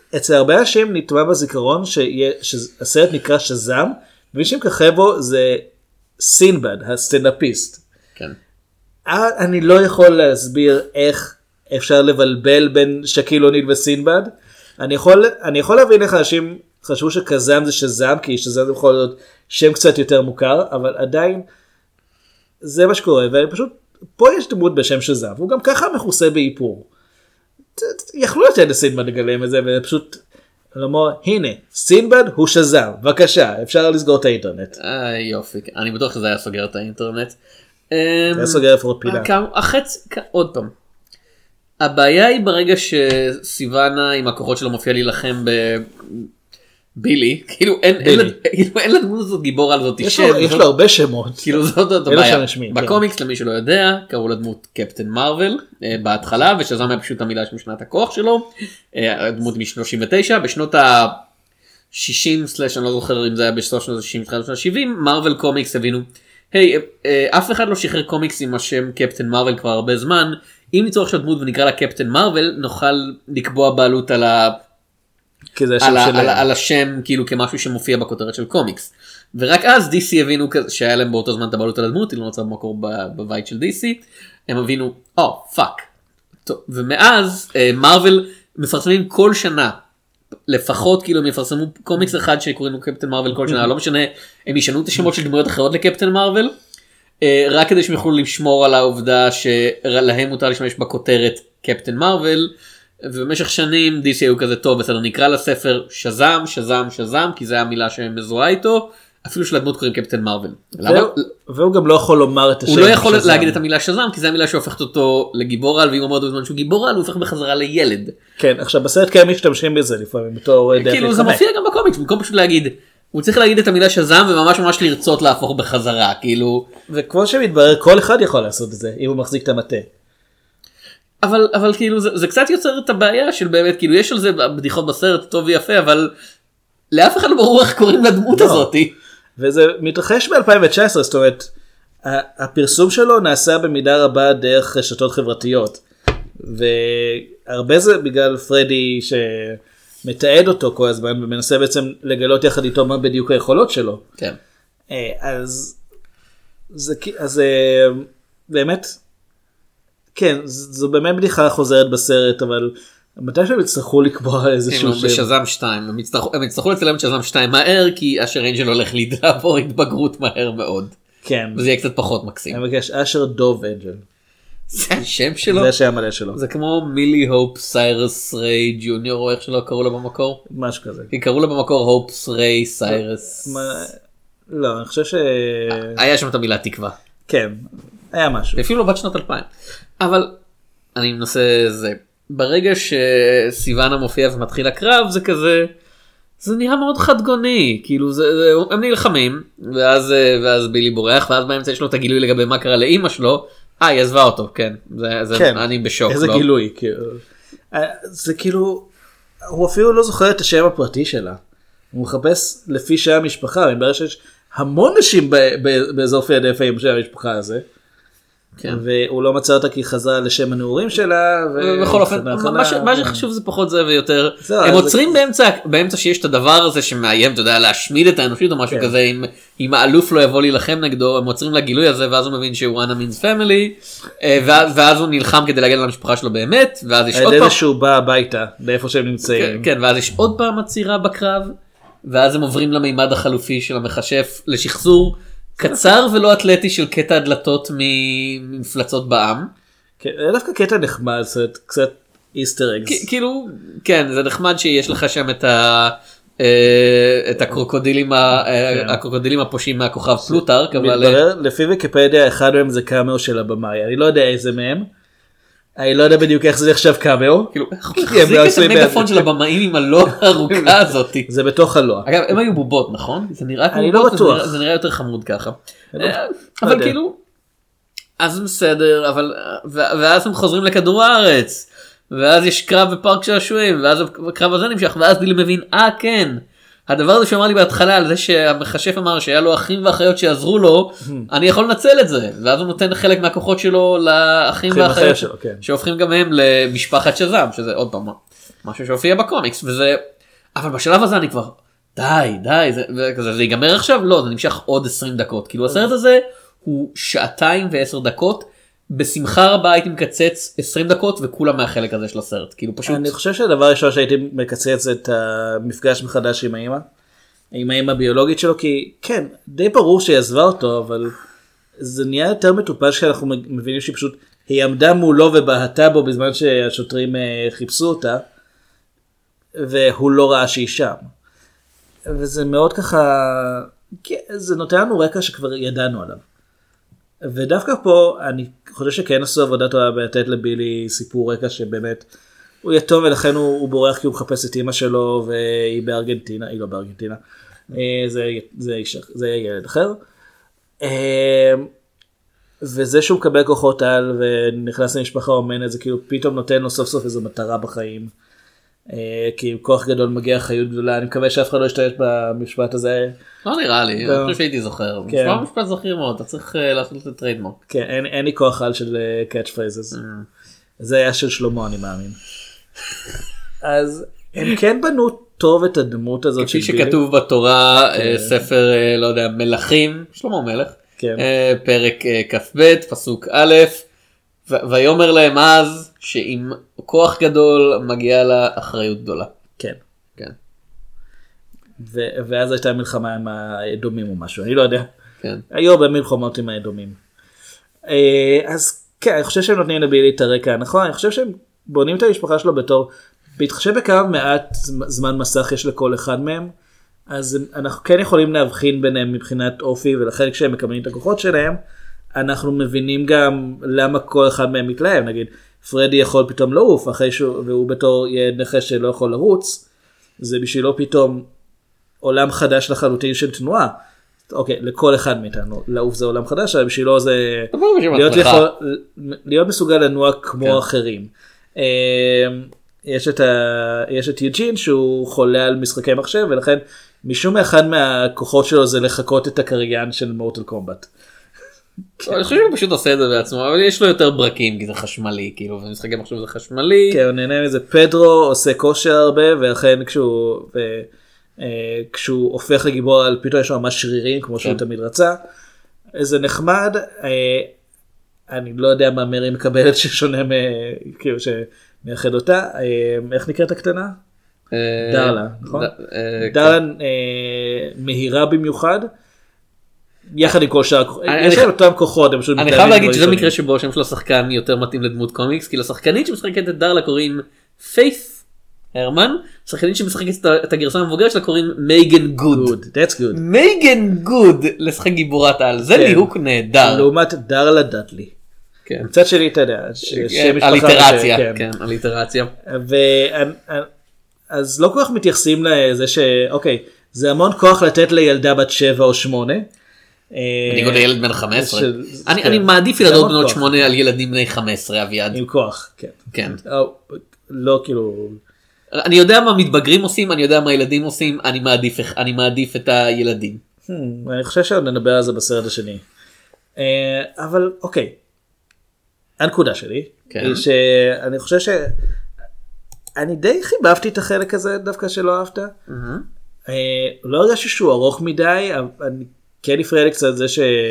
אצל הרבה אנשים נטמע בזיכרון שהסרט נקרא שזם, ומי שמככב בו זה סינבד, הסטנדאפיסט. כן. אני לא יכול להסביר איך אפשר לבלבל בין שקיל אוניל וסינבד. אני יכול להבין איך אנשים חשבו שקזם זה שזם, כי שזם יכול להיות שם קצת יותר מוכר, אבל עדיין זה מה שקורה, ופשוט פה יש דמות בשם שזם, והוא גם ככה מכוסה באיפור. יכלו לתת לסינבד לגלם את זה, ופשוט לומר, הנה, סינבד הוא שזם, בבקשה, אפשר לסגור את האינטרנט. יופי, אני בטוח שזה היה סוגר את האינטרנט. זה היה סוגר לפחות פינה. עוד פעם, הבעיה היא ברגע שסיוונה עם הכוחות שלו מופיע להילחם בילי, כאילו אין לדמות הזאת גיבור על זאת שם. יש לו הרבה שמות. כאילו זאת הבעיה. בקומיקס למי שלא יודע, קראו לדמות קפטן מרוול בהתחלה, ושזם היה פשוט המילה שמשנה את הכוח שלו, הדמות מ-39, בשנות ה-60, אני לא זוכר אם זה היה בשנות ה-60, 70, מרוול קומיקס הבינו, היי, אף אחד לא שחרר קומיקס עם השם קפטן מרוול כבר הרבה זמן, אם ניצור עכשיו דמות ונקרא לה קפטן מרוול, נוכל לקבוע בעלות על השם כאילו כמשהו שמופיע בכותרת של קומיקס. ורק אז DC הבינו שהיה להם באותו זמן את הבעלות על הדמות, היא לא נוצרה במקור בבית של DC, הם הבינו, פאק. ומאז מרוול מפרסמים כל שנה, לפחות כאילו הם יפרסמו קומיקס אחד שקוראים לו קפטן מרוול כל שנה, לא משנה, הם ישנו את השמות של דמויות אחרות לקפטן מרוול, רק כדי שהם יוכלו לשמור על העובדה שלהם מותר להשתמש בכותרת קפטן מרוול, ובמשך שנים DC היו כזה טוב, בסדר, נקרא לספר שזם, שזם, שזם, כי זה המילה שמזוהה איתו, אפילו שלדמות קוראים קפטן מרוול. והוא גם לא יכול לומר את השם שזם. הוא לא יכול להגיד את המילה שזם, כי זה המילה שהופכת אותו לגיבור על, ואם אומר בזמן שהוא גיבור על, הוא הופך בחזרה לילד. כן, עכשיו בסרט כן משתמשים בזה לפעמים, בתור דרך כאילו זה מופיע גם בקומיקס, במקום פשוט להגיד, הוא צריך להגיד את המילה שזם, וממש ממש לרצות להפוך בחזרה, כאילו. וכמו שמתברר, כל אחד יכול לעשות את זה, אם הוא מחזיק את המטה. אבל כאילו זה קצת יוצר את הבעיה של באמת, כאילו יש על זה בדיחות בסרט טוב ויפה, אבל לאף אחד לא ברור איך קוראים לדמות הזאת. וזה מתרחש ב-2019, זאת אומרת, הפרסום שלו נעשה במידה רבה דרך רשתות חברתיות, והרבה זה בגלל פרדי שמתעד אותו כל הזמן, ומנסה בעצם לגלות יחד איתו מה בדיוק היכולות שלו. כן. אז באמת, כן, זו באמת בדיחה חוזרת בסרט, אבל מתי שהם יצטרכו לקבוע איזשהו שם? בשזם 2, הם יצטרכו לצלם את שזם 2 מהר, כי אשר אנג'ל הולך לעבור התבגרות מהר מאוד. כן. וזה יהיה קצת פחות מקסים. אני מבקש, אשר דוב אנג'ל. זה השם שלו? זה השם המלא שלו. זה כמו מילי הופ סיירס ריי ג'וניור, או איך שלא קראו לו במקור? משהו כזה. כי קראו לו במקור הופס ריי סיירס. לא, אני חושב היה שם את המילה תקווה. כן, היה משהו. אפילו לא בת שנות 2000. אבל אני מנסה זה. ברגע שסיוונה מופיע ומתחיל הקרב זה כזה, זה נראה מאוד חדגוני, כאילו הם נלחמים, ואז בילי בורח, ואז באמצע יש לו את הגילוי לגבי מה קרה לאמא שלו, היא עזבה אותו, כן, אני בשוק. איזה גילוי, זה כאילו, הוא אפילו לא זוכר את השם הפרטי שלה, הוא מחפש לפי שם המשפחה, אני בערך שיש המון נשים באזור פילדלפיה עם שם המשפחה הזה, והוא לא מצא אותה כי חזרה לשם הנעורים שלה. בכל אופן, מה שחשוב זה פחות זה ויותר, הם עוצרים באמצע שיש את הדבר הזה שמאיים, אתה יודע, להשמיד את האנושית או משהו כזה, אם האלוף לא יבוא להילחם נגדו, הם עוצרים לגילוי הזה, ואז הוא מבין שהוא Anna means family, ואז הוא נלחם כדי להגן על המשפחה שלו באמת, ואז יש עוד פעם, שהוא בא הביתה, לאיפה שהם נמצאים. כן, ואז יש עוד פעם עצירה בקרב, ואז הם עוברים למימד החלופי של המכשף, לשחזור קצר ולא אתלטי של קטע הדלתות ממפלצות בעם. כן, דווקא קטע נחמד, קצת איסטר אגס. כאילו, כן, זה נחמד שיש לך שם את הקרוקודילים הפושעים מהכוכב פלוטארק. מתברר, לפי ויקיפדיה, אחד מהם זה קאמאו של הבמאי, אני לא יודע איזה מהם. אני לא יודע בדיוק איך זה נחשב קאמאו. כאילו, תחזיק את המגפון של הבמאים עם הלא הארוכה הזאת. זה בתוך הלא. אגב, הם היו בובות, נכון? זה נראה כמו בובות, זה נראה יותר חמוד ככה. אבל כאילו, אז בסדר, ואז הם חוזרים לכדור הארץ, ואז יש קרב בפארק שעשועים, ואז הקרב הזה נמשך, ואז בילי מבין, כן, הדבר הזה שאמר לי בהתחלה על זה שהמכשף אמר שהיה לו אחים ואחיות שיעזרו לו, אני יכול לנצל את זה, ואז הוא נותן חלק מהכוחות שלו לאחים ואחיות שלו, שהופכים גם הם למשפחת שזם, שזה עוד פעם משהו שהופיע בקומיקס, וזה, אבל בשלב הזה אני כבר, די, זה ייגמר עכשיו? לא, זה נמשך עוד 20 דקות, כאילו הסרט הזה הוא 2:10 בשמחה רבה הייתי מקצץ 20 דקות וכולם מהחלק הזה של הסרט, כאילו פשוט. אני חושב שהדבר הראשון שהייתי מקצץ את המפגש מחדש עם האמא הביולוגית שלו, כי כן, די ברור שהיא עזבה אותו, אבל זה נהיה יותר מטופש שאנחנו מבינים שהיא פשוט, היא עמדה מולו ובהתה בו בזמן שהשוטרים חיפשו אותה, והוא לא ראה שהיא שם. וזה מאוד ככה, זה נותן לנו רקע שכבר ידענו עליו. ודווקא פה אני חושב שכן עשו עבודה טובה בתת לבילי סיפור רקע שבאמת הוא יתום ולכן הוא בורח כי הוא מחפש את אמא שלו והיא בארגנטינה, היא לא בארגנטינה, זה ילד אחר. וזה שהוא מקבל כוחות על ונכנס למשפחה אומנת זה כאילו פתאום נותן לו סוף סוף איזו מטרה בחיים. כי עם כוח גדול מגיע חיות גדולה, אני מקווה שאף אחד לא ישתמש במשפט הזה. לא נראה לי, אני חושב שהייתי זוכר. משפט זכיר מאוד, אתה צריך לעשות את טריידמרק. כן, אין לי כוח על של קאץ' פרייזס. זה היה של שלמה אני מאמין. אז הם כן בנו טוב את הדמות הזאת. כפי שכתוב בתורה, ספר, לא יודע, מלכים, שלמה מלך, פרק כ"ב, פסוק א', ויאמר להם אז שעם כוח גדול מגיעה לה אחריות גדולה. כן. כן. ואז הייתה מלחמה עם האדומים או משהו, אני לא יודע. כן. היו הרבה מלחמות עם האדומים. אז כן, אני חושב שהם נותנים לבילי את הרקע הנכון, אני חושב שהם בונים את המשפחה שלו בתור, בהתחשב בכמה מעט זמן מסך יש לכל אחד מהם, אז אנחנו כן יכולים להבחין ביניהם מבחינת אופי, ולכן כשהם מקבלים את הכוחות שלהם, אנחנו מבינים גם למה כל אחד מהם מתלהב, נגיד פרדי יכול פתאום לעוף, והוא בתור ילד נכה שלא יכול לרוץ, זה בשבילו פתאום עולם חדש לחלוטין של תנועה. אוקיי, לכל אחד מאיתנו, לעוף זה עולם חדש, אבל בשבילו זה להיות מסוגל לנוע כמו אחרים. יש את יוג'ין שהוא חולה על משחקי מחשב, ולכן משום אחד מהכוחות שלו זה לחכות את הקריין של מורטל קומבט. אני חושב שהוא פשוט עושה את זה בעצמו, אבל יש לו יותר ברקים כי זה חשמלי, כאילו, ומשחקי מחשב זה חשמלי. כן, הוא נהנה מזה. פדרו עושה כושר הרבה, ולכן כשהוא הופך לגיבור על פתאום יש לו ממש שרירים, כמו שהוא תמיד רצה. זה נחמד, אני לא יודע מה מרי מקבלת ששונה כאילו שמייחד אותה. איך נקראת הקטנה? דרלה, נכון? דרלה מהירה במיוחד. יחד עם כל שאר, יש להם אותם כוחות. אני חייב להגיד שזה מקרה שבו השם של השחקן יותר מתאים לדמות קומיקס, כי לשחקנית שמשחקת את דרלה קוראים פיית' הרמן, שחקנית שמשחקת את הגרסה המבוגרת שלה קוראים מייגן גוד. מייגן גוד לשחק גיבורת על, זה ליהוק נהדר. לעומת דרלה דאדלי. קצת שלי אתה יודע, אליטרציה, כן, אליטרציה. אז לא כל כך מתייחסים לזה שאוקיי, זה המון כוח לתת לילדה בת 7 או 8. בניגוד לילד בן 15. אני מעדיף ילדות בנות 8 על ילדים בני 15 אביעד. עם כוח, כן. כן. לא כאילו... אני יודע מה מתבגרים עושים, אני יודע מה ילדים עושים, אני מעדיף את הילדים. אני חושב שעוד נדבר על זה בסרט השני. אבל אוקיי. הנקודה שלי, היא שאני חושב שאני די חיבבתי את החלק הזה דווקא שלא אהבת. לא הרגשתי שהוא ארוך מדי, אני כן הפריע לי קצת זה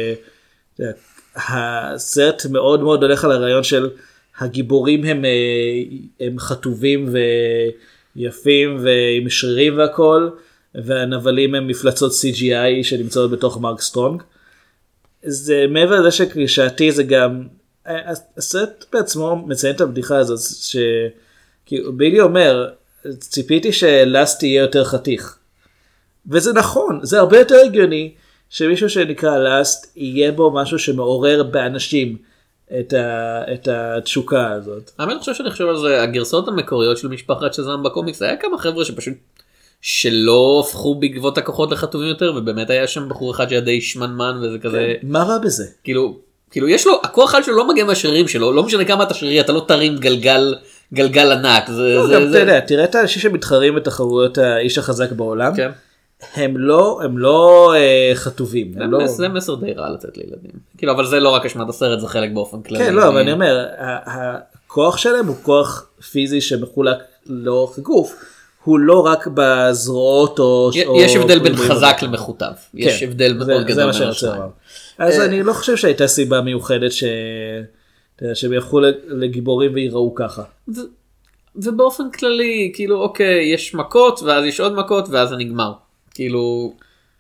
שהסרט מאוד מאוד הולך על הרעיון של הגיבורים הם חטובים ויפים ועם שרירים והכל, והנבלים הם מפלצות CGI שנמצאות בתוך מרק סטרונג. זה מעבר לזה שקלישאתי זה גם, הסרט בעצמו מציין את הבדיחה הזאת, שבילי אומר, ציפיתי שלאסט יהיה יותר חתיך. וזה נכון, זה הרבה יותר הגיוני שמישהו שנקרא לאסט יהיה בו משהו שמעורר באנשים את התשוקה הזאת. אני חושב שאני חושב על זה, הגרסאות המקוריות של משפחת שזם בקומיקס, היה כמה חבר'ה שפשוט שלא הפכו בעקבות הכוחות לחטובים יותר, ובאמת היה שם בחור אחד שהיה די שמנמן וזה כזה. מה רע בזה? כאילו יש לו, הכוח על שלו לא מגיע מהשרירים שלו, לא משנה כמה אתה שרירי, אתה לא תרים גלגל ענק. תראה את האנשים שמתחרים בתחרויות האיש החזק בעולם. כן. הם לא חטובים. זה מסר די רע לצאת לילדים. כאילו, אבל זה לא רק אשמת הסרט, זה חלק באופן כללי. כן, לא, אבל אני אומר, הכוח שלהם הוא כוח פיזי שמחולק לאורך הגוף, הוא לא רק בזרועות או... יש הבדל בין חזק למחוטב, יש הבדל מאוד גדול בין השניים. אז אני לא חושב שהייתה סיבה מיוחדת שהם ילכו לגיבורים ויראו ככה. ובאופן כללי, כאילו, אוקיי, יש מכות, ואז יש עוד מכות, ואז זה נגמר. כאילו,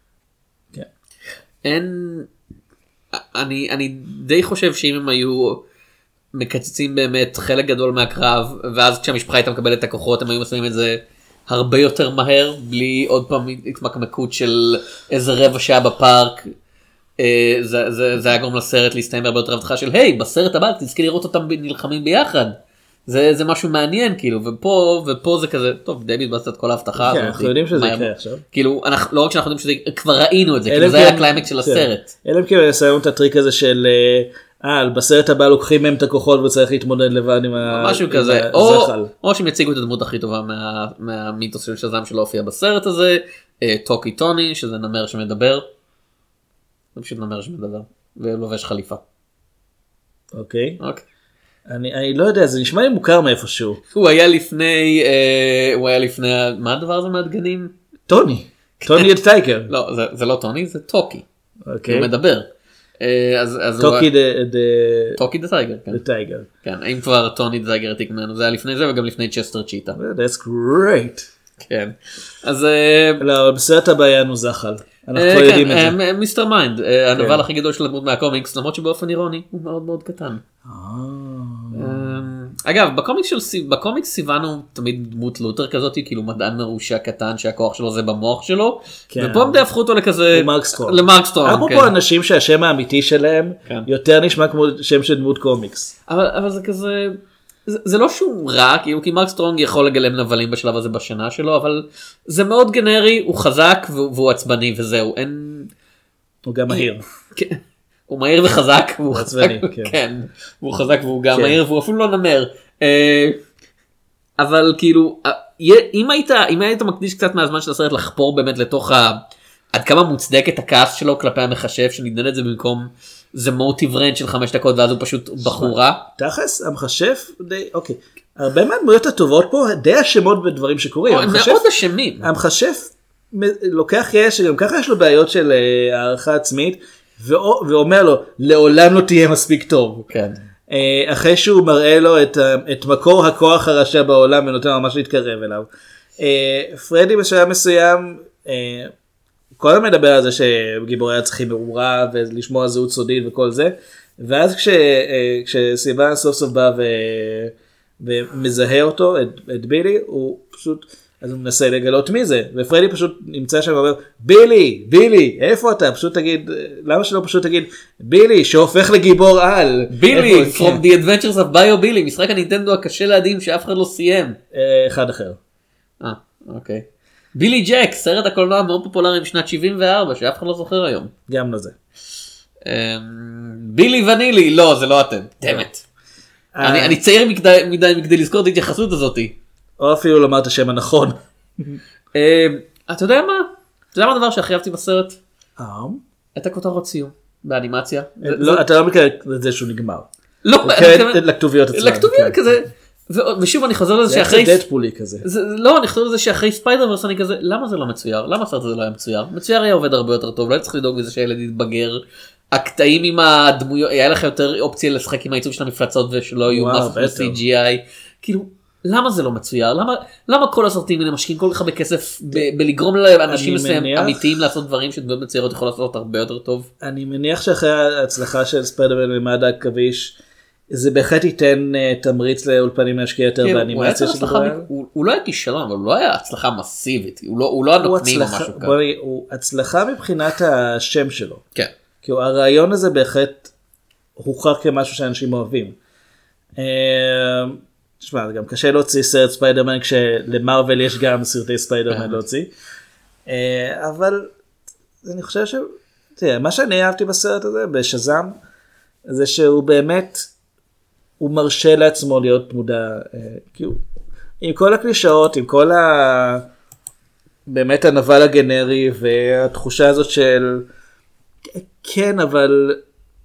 אני די חושב שאם הם היו מקצצים באמת חלק גדול מהקרב, ואז כשהמשפחה הייתה מקבלת את הכוחות, הם היו מסיימים את זה הרבה יותר מהר, בלי עוד פעם התמקמקות של איזה רבע שעה בפארק. זה היה גורם לסרט להסתיים בהרבה יותר הבטחה של, היי, בסרט הבא תזכי לראות אותם נלחמים ביחד. זה משהו מעניין, כאילו, ופה זה כזה, טוב, די מתבצע את כל ההבטחה. כן, אנחנו יודעים שזה יקרה עכשיו. כאילו, לא רק שאנחנו יודעים שזה, כבר ראינו את זה, כאילו זה היה הקליימקס של הסרט. אלא כאילו נסיים את הטריק הזה של, בסרט הבא לוקחים מהם את הכוחות וצריך להתמודד לבד עם הזחל. משהו כזה, או שהם יציגו את הדמות הכי טובה מהמיתוס של שזם שלא הופיע בסרט הזה, טוקי טוני, שזה נמר שמדבר. זה פשוט נמר שמדבר, ולובש חליפה. אוקיי. אני לא יודע, זה נשמע לי מוכר מאיפשהו. הוא היה לפני, מה הדבר הזה מהדגנים? טוני את טייגר. לא, זה לא טוני, זה טוקי. הוא מדבר. טוקי דה טייגר. כן, אם כבר טוני דה טייגר עתיק ממנו, זה היה לפני זה וגם לפני צ'סטר צ'יטה. That's great. כן. אז... לא, בסרט הבא היה זחל. אנחנו כבר יודעים את זה. מיסטר מיינד, הנבל הכי גדול של הדמות מהקומיקס, למרות שבאופן אירוני הוא מאוד מאוד קטן. אגב, בקומיקס סיוונו תמיד דמות לותר כזאת, כאילו מדען מרושע קטן שהכוח שלו זה במוח שלו, ופה הם די הפכו אותו לכזה... למרק סטרונג. אפרופו אנשים שהשם האמיתי שלהם יותר נשמע כמו שם של דמות קומיקס. אבל זה כזה... זה לא שהוא רע, כי מרק סטרונג יכול לגלם נבלים בשלב הזה בשנה שלו, אבל זה מאוד גנרי, הוא חזק והוא עצבני וזהו, אין... הוא גם מהיר. הוא מהיר וחזק, הוא עצבני, כן. הוא חזק והוא גם מהיר והוא אפילו לא נמר. אבל כאילו, אם היית מקדיש קצת מהזמן של הסרט לחפור באמת לתוך עד כמה מוצדק את הכעס שלו כלפי המחשב, שנדנן את זה במקום... זה מוטיב רנד של 5 דקות ואז הוא פשוט בחורה. תכלס, המחשף די, אוקיי. הרבה מהדמויות הטובות פה די אשמות בדברים שקורים. הם מאוד אשמים. המחשף לוקח יש, שגם ככה יש לו בעיות של הערכה עצמית, ואומר לו, לעולם לא תהיה מספיק טוב. כן. אחרי שהוא מראה לו את מקור הכוח הרשע בעולם ונותן ממש להתקרב אליו. פרדי בשלב מסוים, כל הזמן מדבר על זה שגיבורי היה צריכים מעורה ולשמוע זהות סודית וכל זה, ואז כשסיוון סוף סוף בא ומזהה אותו, את בילי, הוא פשוט, אז הוא מנסה לגלות מי זה, ופרדי פשוט נמצא שם ואומר, בילי, איפה אתה? פשוט תגיד, למה שלא פשוט תגיד, בילי, שהופך לגיבור על. בילי, from the adventures of Bio Billy, משחק הנינטנדו הקשה להדהים שאף אחד לא סיים. אחד אחר. אוקיי. בילי ג'ק, סרט הקולנוע מאוד פופולרי משנת 74, שאף אחד לא זוכר היום. גם לא זה. בילי ונילי, לא, זה לא אתם. דמת. אני צעיר מדי מכדי לזכור את ההתייחסות הזאת. או אפילו לומר את השם הנכון. אתה יודע מה? זה היה הדבר שהכי אהבתי בסרט. את הכותרות סיום, באנימציה. לא, אתה לא מכיר את זה שהוא נגמר. לא, לכתוביות עצמם. לכתוביות כזה. ושוב אני חוזר לזה שאחרי... זה דדפולי כזה. לא, אני חוזר לזה שאחרי ספיידרברס אני כזה, למה זה לא מצויר? למה הסרט הזה לא היה מצויר? מצויר היה עובד הרבה יותר טוב, לא צריך לדאוג לזה שהילד יתבגר. הקטעים עם הדמויות, היה לך יותר אופציה לשחק עם העיצוב של המפלצות ושלא יהיו מסך CGI. כאילו, למה זה לא מצויר? למה כל הסרטים האלה משקיעים כל כך הרבה כסף בלגרום לאנשים אמיתיים לעשות דברים שדמויות מצוירות יכול לעשות הרבה יותר טוב? אני מניח שאחרי ההצלחה של ספיידרמן ממד העכביש, זה בהחלט ייתן תמריץ לאולפנים להשקיע יותר באנימציה של דברים. הוא לא היה כישלון, אבל הוא לא היה הצלחה מסיבית, הוא לא הנוקמים או משהו כזה. הוא הצלחה מבחינת השם שלו. כן. כי הרעיון הזה בהחלט הוכח כמשהו שאנשים אוהבים. תשמע, זה גם קשה להוציא סרט ספיידרמן כשלמרוול יש גם סרטי ספיידרמן להוציא. אבל אני חושב מה שאני אהבתי בסרט הזה, בשזם, זה שהוא באמת, הוא מרשה לעצמו להיות מודע, עם כל הקלישאות, עם כל באמת הנבל הגנרי, והתחושה הזאת של, כן, אבל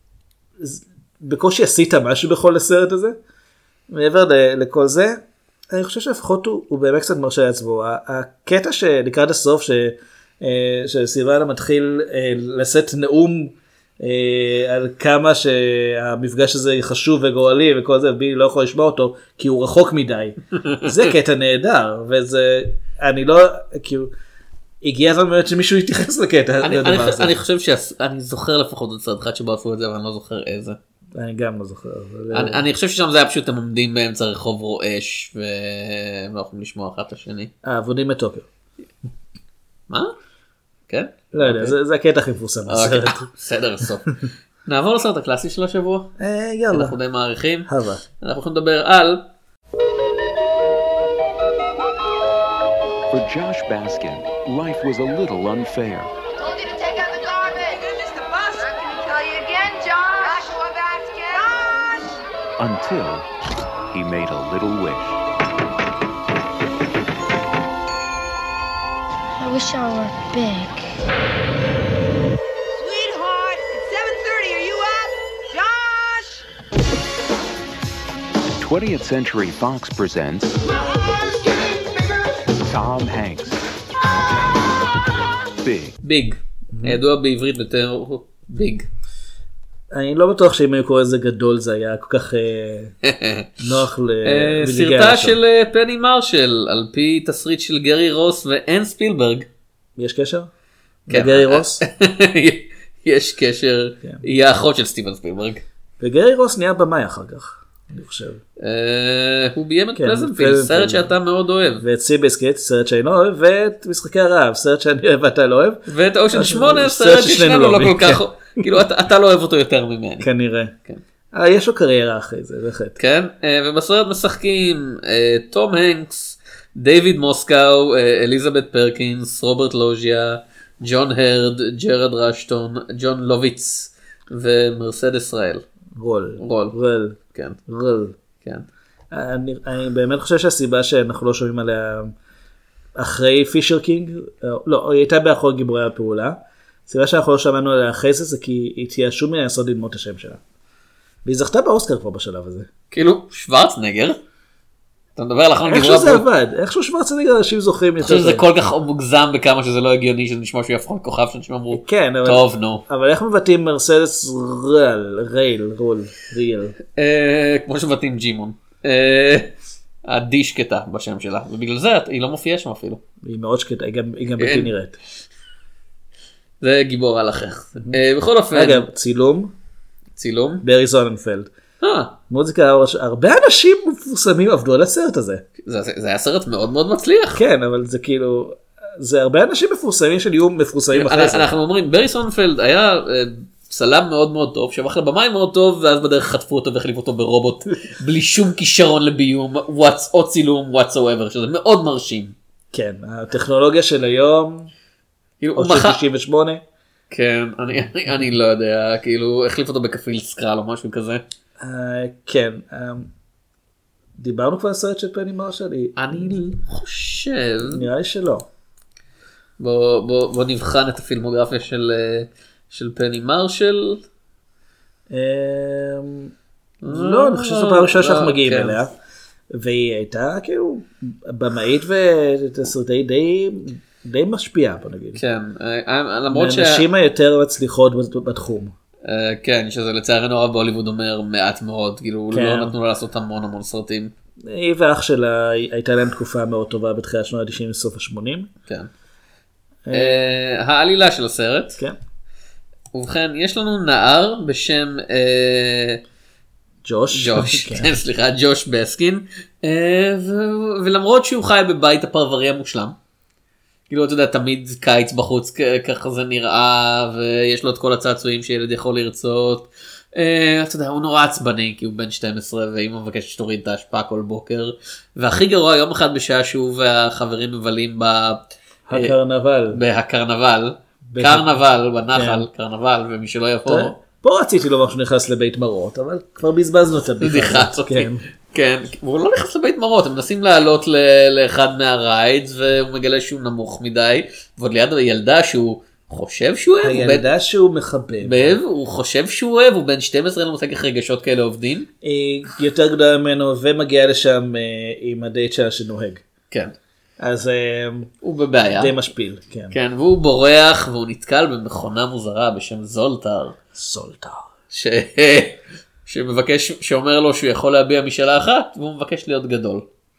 בקושי עשית משהו בכל הסרט הזה, מעבר לכל זה, אני חושב שלפחות הוא באמת קצת מרשה לעצמו. הקטע שלקראת הסוף שסיוון מתחיל לשאת נאום על כמה שהמפגש הזה חשוב וגורלי וכל זה, בי לא יכול לשמוע אותו כי הוא רחוק מדי. זה קטע נהדר, וזה, אני לא, כאילו, הגיע הזמן באמת שמישהו יתייחס לקטע. אני חושב שאני זוכר לפחות את סרט אחד שבו עשו את זה, אבל אני לא זוכר איזה. אני גם לא זוכר. אני חושב ששם זה היה פשוט הם עומדים באמצע רחוב רועש והם לא יכולים לשמוע אחד את השני. עבודים מטוקיו. מה? כן? לא יודע, זה הקטע הכי מפורסם בסרט. בסדר, סוף. נעבור לסרט הקלאסי של השבוע. יאללה. אנחנו די מעריכים. הווה. אנחנו יכולים לדבר על... For Josh Baskin, life was a little unfair. Told you to take out the garbage. You missed the bus. I'm going to tell you again, Josh. Joshua Baskin. Josh! Until he made a little wish. I wish I were big. Sweetheart, it's 7:30. Are you up? Josh! 20th Century Fox presents Tom Hanks. Big. ביג. ידוע בעברית בתור ביג. אני לא בטוח שאם היו קורא איזה גדול זה היה כל כך נוח סרטה של פני מרשל על פי תסריט של גרי רוס ואן ספילברג. יש קשר? כן. לגרי רוס? יש קשר, היא האחות של סטיבן ספילברג. וגרי רוס נהיה במאי אחר כך, אני חושב. הוא ביים את פלזנטפילד, סרט שאתה מאוד אוהב. ואת סיביסקיט, סרט שאני לא אוהב, ואת משחקי הרעב, סרט שאני אוהב ואתה לא אוהב. ואת אושן 8, סרט ששנינו לא כל כך, כאילו אתה לא אוהב אותו יותר ממני. כנראה. יש לו קריירה אחרי זה, בהחלט. כן, ובסרט משחקים תום הנקס, דיוויד מוסקאו, אליזבת פרקינס, רוברט לוז'יה, ג'ון הרד, ג'רד רשטון, ג'ון לוביץ ומרסדס ראל. רול. כן. כן. אני באמת חושב שהסיבה שאנחנו לא שומעים עליה אחרי פישר קינג, לא, היא הייתה באחור גיבורי הפעולה. הסיבה שאנחנו לא שמענו עליה אחרי זה, זה כי היא התייאשו מלנסות ללמוד את השם שלה. והיא זכתה באוסקר כבר בשלב הזה. כאילו, שוורצנגר? אתה מדבר על אחרון גיבורי הפעולה? איך שזה עבד? איכשהו שוורצנגר אנשים זוכרים יותר. אני חושב שזה כל כך מוגזם בכמה שזה לא הגיוני, שזה נשמע שהוא יהפוך לכוכב שאנשים אמרו, טוב נו. אבל איך מבטאים מרסדס רייל? כמו שמבטאים ג'ימון. עדי שקטה בשם שלה, ובגלל זה היא לא מופיעה שם אפילו. היא מאוד שקטה, היא גם בלתי נראית. זה גיבור על אחר. בכל אופן. אגב, צילום. ברי זוננפלד. מוזיקה, הרבה אנשים מפורסמים עבדו על הסרט הזה. זה היה סרט מאוד מאוד מצליח. כן, אבל זה כאילו, זה הרבה אנשים מפורסמים שיהיו מפורסמים אחרי זה. אנחנו אומרים, ברי זוננפלד היה צלם מאוד מאוד טוב, שהפך לבמאי מאוד טוב, ואז בדרך חטפו אותו והחליפו אותו ברובוט, בלי שום כישרון לביום, או צילום, whatsoever, שזה מאוד מרשים. כן, הטכנולוגיה של היום, או של 98. כן, אני לא יודע, כאילו, החליף אותו בכפיל סקרל או משהו כזה. כן, דיברנו כבר על סרט של פני מרשל? אני חושב. נראה לי שלא. בוא נבחן את הפילמוגרפיה של פני מרשל. לא, אני חושב שזו פעם ראשונה שאנחנו מגיעים אליה. והיא הייתה כאילו במאית ותסריטאי די משפיעה, בוא נגיד. כן, למרות מהנשים היותר מצליחות בתחום. כן, שזה לצערנו הרב בהוליווד אומר מעט מאוד, כאילו לא נתנו לה לעשות המון סרטים. היא ואח שלה הייתה להם תקופה מאוד טובה בתחילת שנות ה-90 לסוף ה-80. כן. העלילה של הסרט. כן. ובכן, יש לנו נער בשם ג'וש, כן, סליחה, ג'וש בסקין, ולמרות שהוא חי בבית הפרברי המושלם, כאילו אתה יודע, תמיד קיץ בחוץ ככה זה נראה, ויש לו את כל הצעצועים שילד יכול לרצות, אתה יודע, הוא נורא עצבני כי הוא בן 12 ואמא מבקשת שתוריד את ההשפעה כל בוקר, והכי גרוע יום אחד בשעה שהוא והחברים מבלים בהקרנבל, קרנבל בנחל, קרנבל, ומי שלא יבוא. פה רציתי לומר שהוא נכנס לבית מרות, אבל כבר בזבזנו את הבדיחה. כן, הוא לא נכנס לבית מרות, הם מנסים לעלות לאחד מהריידס, והוא מגלה שהוא נמוך מדי, ועוד ליד הילדה שהוא חושב שהוא אוהב, הילדה שהוא מחבב, הוא חושב שהוא אוהב, הוא בן 12, לא מושג איך רגשות כאלה עובדים. היא יותר גדולה ממנו ומגיעה לשם עם הדייט שלה שנוהג. כן. אז הוא בבעיה. די משפיל. כן. כן, והוא בורח והוא נתקל במכונה מוזרה בשם זולטר. שמבקש, שאומר לו שהוא יכול להביע משאלה אחת, והוא מבקש להיות גדול.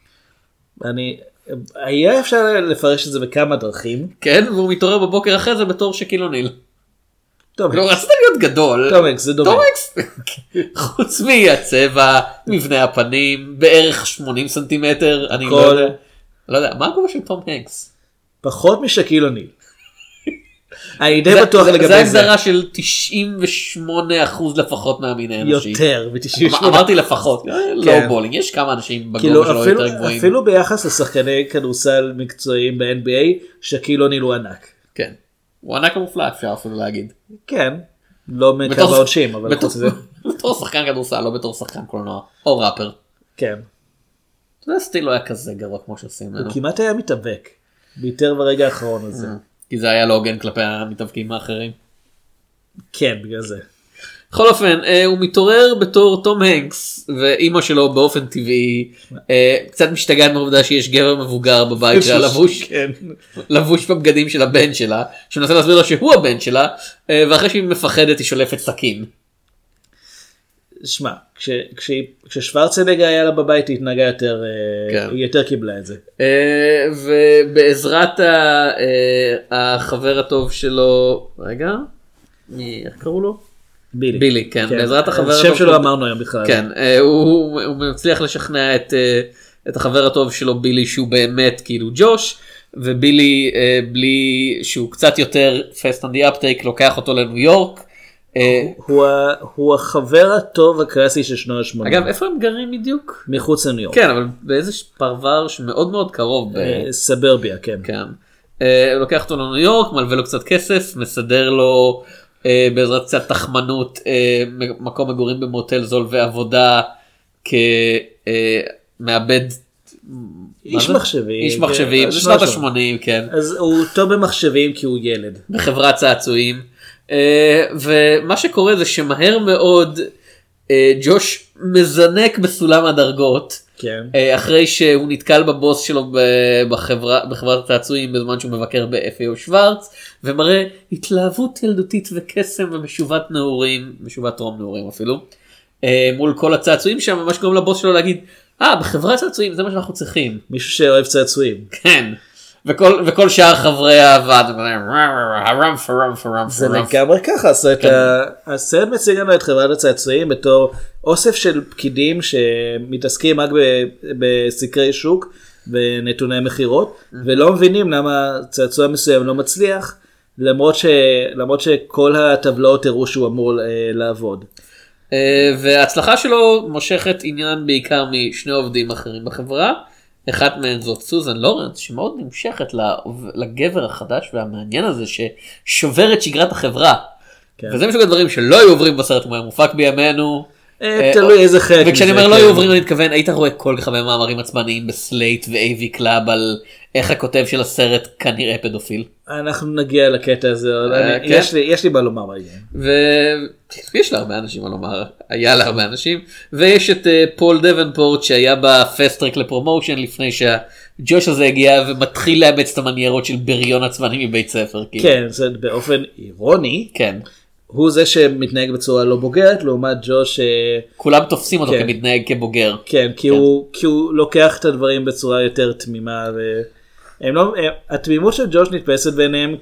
היה אפשר לפרש את זה בכמה דרכים. כן, והוא מתעורר בבוקר אחרי זה בתור שקיל אוניל. טוב, לא רצית להיות גדול. תומקס, זה דומה. תומקס, חוץ מהצבע, מבנה הפנים, בערך 80 סנטימטר, אני לא יודע, מה הגובה של תום הנקס? פחות משקיל אוניל. אני די בטוח לגבי זה. זה הגדרה של 98% לפחות מהמין האנושי. יותר, ב-98%. אמרתי לפחות, לא בולינג, יש כמה אנשים בגובה שלו יותר גבוהים. אפילו ביחס לשחקני כדורסל מקצועיים ב-NBA, שקיל אוניל הוא ענק. כן, הוא ענק המופלא אפשר אפילו להגיד. כן, לא מקו העונשין, אבל חוץ מזה. בתור שחקן כדורסל, לא בתור שחקן קולנוע, או ראפר. כן. זה סטיל לא היה כזה גרוע כמו שעושים לנו. הוא כמעט היה מתאבק, ביותר ברגע האחרון הזה. כי זה היה לא הוגן כלפי המתאבקים האחרים. כן, בגלל זה. בכל אופן, הוא מתעורר בתור תום הנקס, ואימא שלו באופן טבעי, קצת משתגעת מהעובדה שיש גבר מבוגר בבית שלה לבוש בבגדים של הבן שלה, שמנסה להסביר לו שהוא הבן שלה, ואחרי שהיא מפחדת היא שולפת סכין. שמע, כששוורצנגר היה לה בבית היא התנהגה יותר, היא יותר קיבלה את זה. ובעזרת החבר הטוב שלו, רגע, איך קראו לו? בילי, כן, בעזרת החבר הטוב. השם שלו אמרנו היום בכלל. כן, הוא מצליח לשכנע את החבר הטוב שלו בילי שהוא באמת כאילו ג'וש, ובילי בלי שהוא קצת יותר fast on the uptake לוקח אותו לניו יורק. הוא החבר הטוב הקלאסי של שנות ה-80. אגב, איפה הם גרים בדיוק? מחוץ לניו יורק. כן, אבל באיזה פרבר שמאוד מאוד קרוב. סברביה, כן. הוא לוקח אותו לניו יורק, מלווה לו קצת כסף, מסדר לו בעזרת קצת תחמנות מקום מגורים במוטל זול ועבודה כמעבד איש מחשבים. איש מחשבים, זה שנות ה-80, כן. אז הוא טוב במחשבים כי הוא ילד. בחברת צעצועים. ומה שקורה זה שמהר מאוד ג'וש מזנק בסולם הדרגות, אחרי שהוא נתקל בבוס שלו בחברת הצעצועים בזמן שהוא מבקר ב-FAO שוורץ, ומראה התלהבות ילדותית וקסם ומשובת נעורים, משובת טרום נעורים אפילו, מול כל הצעצועים שם, ממש גורם לבוס שלו להגיד, בחברת צעצועים זה מה שאנחנו צריכים. מישהו שאוהב צעצועים. כן. וכל שאר חברי הוועד זה לגמרי ככה. הסרט מציג לנו את חברת הצעצועים בתור אוסף של פקידים שמתעסקים רק בסקרי שוק ונתוני מחירות, ולא מבינים למה צעצוע מסוים לא מצליח, למרות שכל הטבלאות הראו שהוא אמור לעבוד. וההצלחה שלו מושכת עניין בעיקר משני עובדים אחרים בחברה. אחת מהן זאת סוזן לורנס, שמאוד נמשכת לגבר החדש והמעניין הזה ששובר את שגרת החברה. וזה מסוג הדברים שלא היו עוברים בסרט, הוא היה מופק בימינו. תלוי איזה חלק. וכשאני אומר לא היו עוברים, אני מתכוון, היית רואה כל כך הרבה מאמרים עצבניים בסלייט ו-AV קלאב על איך הכותב של הסרט כנראה פדופיל. אנחנו נגיע לקטע הזה, יש לי מה לומר בעניין. ויש לה הרבה אנשים מה לומר, היה לה הרבה אנשים, ויש את פול דבנפורט שהיה בפסט טרק לפרומושן לפני שהג'וש הזה הגיע ומתחיל לאמץ את המניירות של בריון עצבני מבית ספר. כן, זה באופן אירוני. כן. הוא זה שמתנהג בצורה לא בוגרת, לעומת ג'וש כולם תופסים אותו כמתנהג כבוגר. כן, כי הוא לוקח את הדברים בצורה יותר תמימה, התמימות של ג'וש נתפסת ביניהם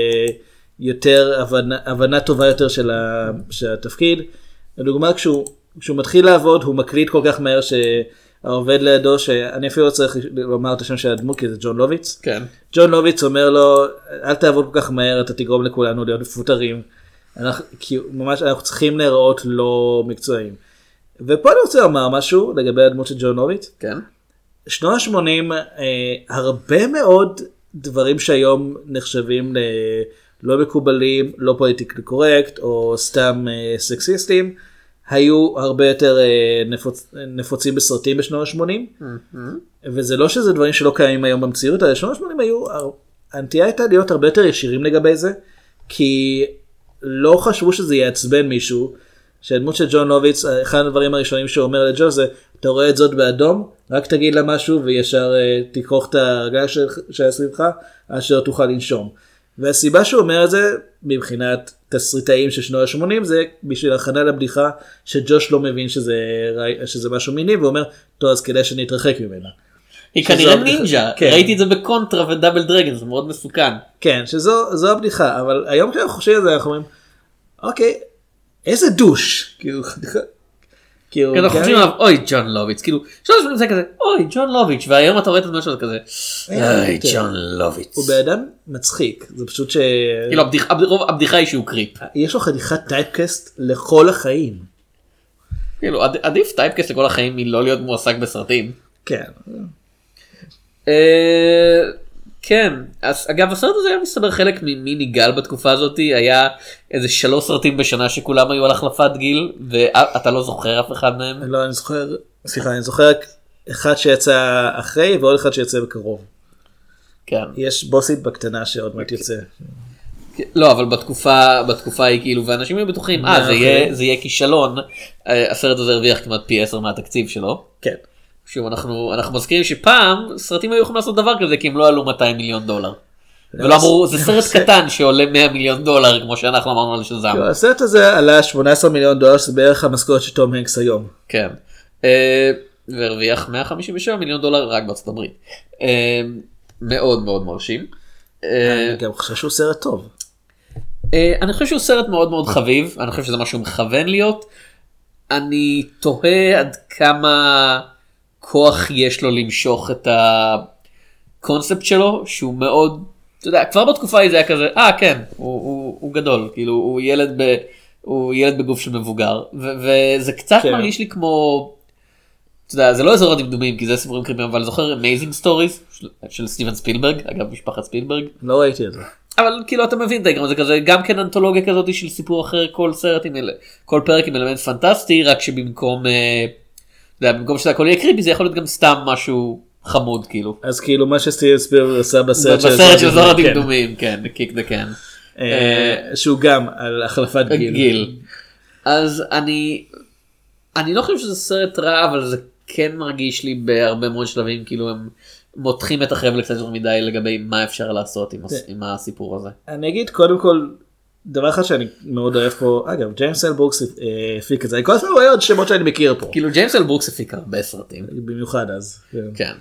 כיותר הבנה טובה יותר של התפקיד. לדוגמה, כשהוא מתחיל לעבוד, הוא מקליט כל כך מהר שהעובד לידו, שאני אפילו לא צריך לומר את השם של הדמות, כי זה ג'ון לוביץ. כן. ג'ון לוביץ אומר לו, אל תעבוד כל כך מהר, אתה תגרום לכולנו להיות מפוטרים. כי ממש אנחנו צריכים להיראות לא מקצועיים. ופה אני רוצה לומר משהו לגבי הדמות של ג'ון לוביץ. כן. שנות ה-80, הרבה מאוד דברים שהיום נחשבים לא מקובלים, לא פוליטיקלי קורקט, או סתם סקסיסטים, היו הרבה יותר נפוצים בסרטים בשנות ה-80. וזה לא שזה דברים שלא קיימים היום במציאות, אבל שנות ה-80 היו, הנטייה הייתה להיות הרבה יותר ישירים לגבי זה, כי לא חשבו שזה יעצבן מישהו, שהדמות של ג'ון לוביץ, אחד הדברים הראשונים שהוא אומר לג'ו זה, אתה רואה את זאת באדום, רק תגיד לה משהו וישר תכרוך את הרגליים שהיה סביבך, אשר תוכל לנשום. והסיבה שהוא אומר את זה, מבחינת תסריטאים של שנות ה-80, זה בשביל הכנה לבדיחה שג'וש לא מבין שזה משהו מיני, והוא אומר, טוב, אז כדאי שנתרחק ממנה. היא כנראה נינג'ה, ראיתי את זה בקונטרה ודאבל דרגן, זה מאוד מסוכן. כן, שזו הבדיחה, אבל היום כשאנחנו חושבים על זה, אנחנו אומרים, אוקיי, איזה דוש. כאילו, אנחנו חושבים עליו, אוי, ג'ון לוביץ, כאילו, שלוש זה כזה, אוי, ג'ון לוביץ', והיום אתה רואה את הדמות שלו כזה, אוי, ג'ון לוביץ. הוא באדם מצחיק, זה פשוט ש... כאילו, הבדיחה היא שהוא קריפ. יש לו חתיכת טייפקסט לכל החיים. כאילו, עדיף טייפקסט לכל החיים מלא להיות מועסק בסרטים. כן. כן, אז אגב הסרט הזה היה מסתבר חלק ממיני גל בתקופה הזאת, היה איזה 3 סרטים בשנה שכולם היו על החלפת גיל, ואתה לא זוכר אף אחד מהם? לא, אני זוכר, סליחה, אני זוכר רק אחד שיצא אחרי ועוד אחד שיצא בקרוב. כן. יש בוסית בקטנה שעוד מעט יוצא. לא, אבל בתקופה היא כאילו, ואנשים היו בטוחים, זה יהיה כישלון, הסרט הזה הרוויח כמעט פי 10 מהתקציב שלו. כן. שוב, אנחנו מזכירים שפעם סרטים היו יכולים לעשות דבר כזה כי הם לא עלו $200 מיליון. ולא אמרו, זה סרט קטן שעולה $100 מיליון כמו שאנחנו אמרנו על שזם. הסרט הזה עלה $18 מיליון, זה בערך המשכורת של תום הנקס היום. כן. והרוויח $157 מיליון רק בארצות הברית. מאוד מאוד מרשים. אני גם חושב שהוא סרט טוב. אני חושב שהוא סרט מאוד מאוד חביב, אני חושב שזה משהו מכוון להיות. אני תוהה עד כמה כוח יש לו למשוך את הקונספט שלו, שהוא מאוד, אתה יודע, כבר בתקופה היא זה היה כזה, כן, הוא גדול, כאילו הוא ילד בגוף של מבוגר, וזה קצת מרגיש לי כמו, אתה יודע, זה לא אזור הדמדומים, כי זה סיפורים קריבים, אבל זוכר Amazing Stories של סטיבן ספילברג, אגב משפחת ספילברג. לא ראיתי את זה. אבל כאילו אתה מבין, זה כזה, גם כן אנתולוגיה כזאת של סיפור אחר, כל פרק עם אלמנט פנטסטי, רק שבמקום במקום שזה הכל יהיה קריפי, זה יכול להיות גם סתם משהו חמוד, כאילו. אז כאילו מה שסטיבן ספילברג עשה בסרט של זוהר הדמדומים, כן, קיק דה קן. שהוא גם על החלפת גיל. אז אני לא חושב שזה סרט רע, אבל זה כן מרגיש לי בהרבה מאוד שלבים, כאילו הם מותחים את החבל קצת יותר מדי לגבי מה אפשר לעשות עם הסיפור הזה. אני אגיד קודם כל, דבר אחד שאני מאוד אוהב פה, אגב, ג'יימס אל ברוקס הפיק את זה, אני כל הזמן רואה עוד שמות שאני מכיר פה. כאילו ג'יימס אל ברוקס הפיק הרבה סרטים. במיוחד אז. כן.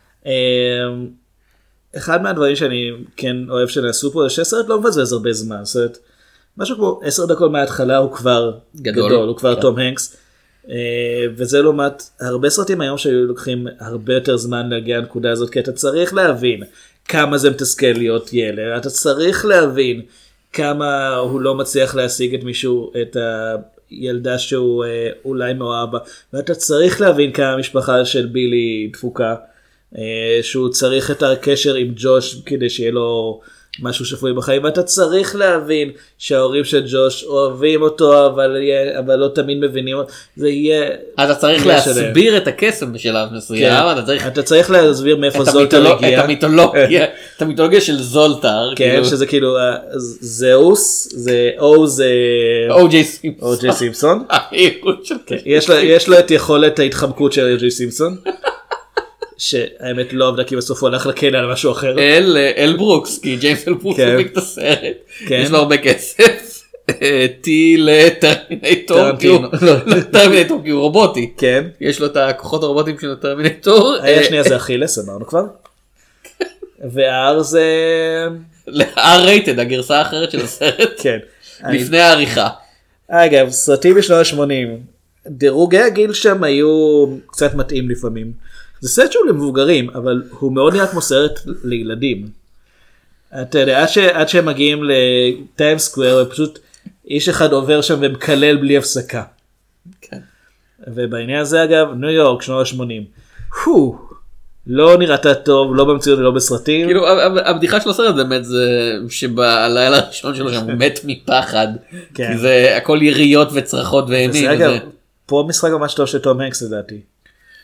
אחד מהדברים שאני כן אוהב שנעשו פה, זה שהסרט לא מבזבז הרבה זמן, סרט, משהו כמו 10 דקות מההתחלה הוא כבר גדול, הוא כבר תום הנקס, וזה לעומת הרבה סרטים היום שהיו לוקחים הרבה יותר זמן להגיע לנקודה הזאת, כי אתה צריך להבין כמה זה מתסכל להיות ילד, אתה צריך להבין כמה הוא לא מצליח להשיג את מישהו, את הילדה שהוא אולי מאוהב בה, ואתה צריך להבין כמה המשפחה של בילי דפוקה, שהוא צריך את הקשר עם ג'וש כדי שיהיה לו משהו שפוי בחיים, ואתה צריך להבין שההורים של ג'וש אוהבים אותו, אבל לא תמיד מבינים, זה יהיה... אתה צריך להסביר את הקסם בשלב מסוים, אתה צריך להסביר מאיפה זולטר הגיע. את המיתולוגיה של זולטר. כן, שזה כאילו זהוס, זה או.ג'יי סימפסון. יש לו את יכולת ההתחמקות של או.ג'יי סימפסון. שהאמת לא עבדה כי בסוף הוא הלך לקנא על משהו אחר. אל ברוקס, כי ג'יימס אל ברוקס הפיק את הסרט. יש לו הרבה כסף. טי לטרמינטור, כי הוא רובוטי. יש לו את הכוחות הרובוטיים של הטרמינטור. השנייה זה אכילס, אמרנו כבר. והאר זה... לאר רייטד, הגרסה האחרת של הסרט. לפני העריכה. אגב, סרטים בשנות ה-80. דירוגי הגיל שם היו קצת מתאים לפעמים. זה סרט שהוא למבוגרים, אבל הוא מאוד נראה כמו סרט לילדים. אתה יודע, עד שהם מגיעים לטיים סקוואר, פשוט איש אחד עובר שם ומקלל בלי הפסקה. כן. ובעניין הזה אגב, ניו יורק, שנות ה-80. לא נראתה טוב, לא במציאות ולא בסרטים. כאילו, הבדיחה של הסרט באמת זה שבלילה הראשון שלו שם הוא מת מפחד. כי זה הכל יריות וצרחות ואימים. אגב, פה משחק ממש טוב של תום הנקס לדעתי.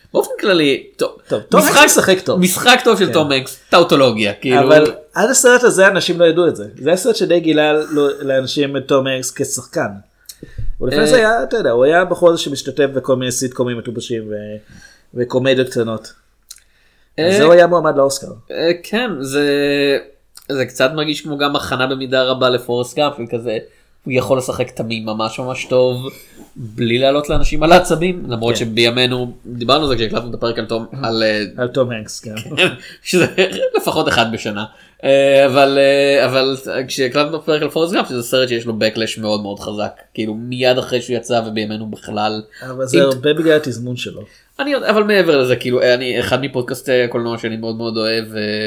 באופן כללי, טוב, תום הנקס משחק טוב. משחק טוב של תום הנקס, טאוטולוגיה, כאילו. אבל עד הסרט הזה אנשים לא ידעו את זה. זה הסרט שדי גילה לאנשים את תום הנקס כשחקן. ולפני זה היה, אתה יודע, הוא היה בחור הזה שמשתתף בכל מיני סיטקומים מטובשים וקומדיות קטנות. אז הוא היה מועמד לאוסקר. כן, זה קצת מרגיש כמו גם הכנה במידה רבה לפורסט גאמפ, וכזה, הוא יכול לשחק תמים ממש ממש טוב, בלי לעלות לאנשים על העצבים, למרות שבימינו, דיברנו על זה כשהקלטנו את הפרק על תום הנקס, כן. שזה לפחות אחד בשנה, אבל כשהקלטנו את הפרק על פורסט גאמפ, שזה סרט שיש לו בקלש מאוד מאוד חזק, כאילו מיד אחרי שהוא יצא ובימינו בכלל. אבל זה הרבה בגלל התזמון שלו. אני יודע, אבל מעבר לזה, כאילו, אני אחד מפודקאסטי הקולנוע שאני מאוד מאוד אוהב,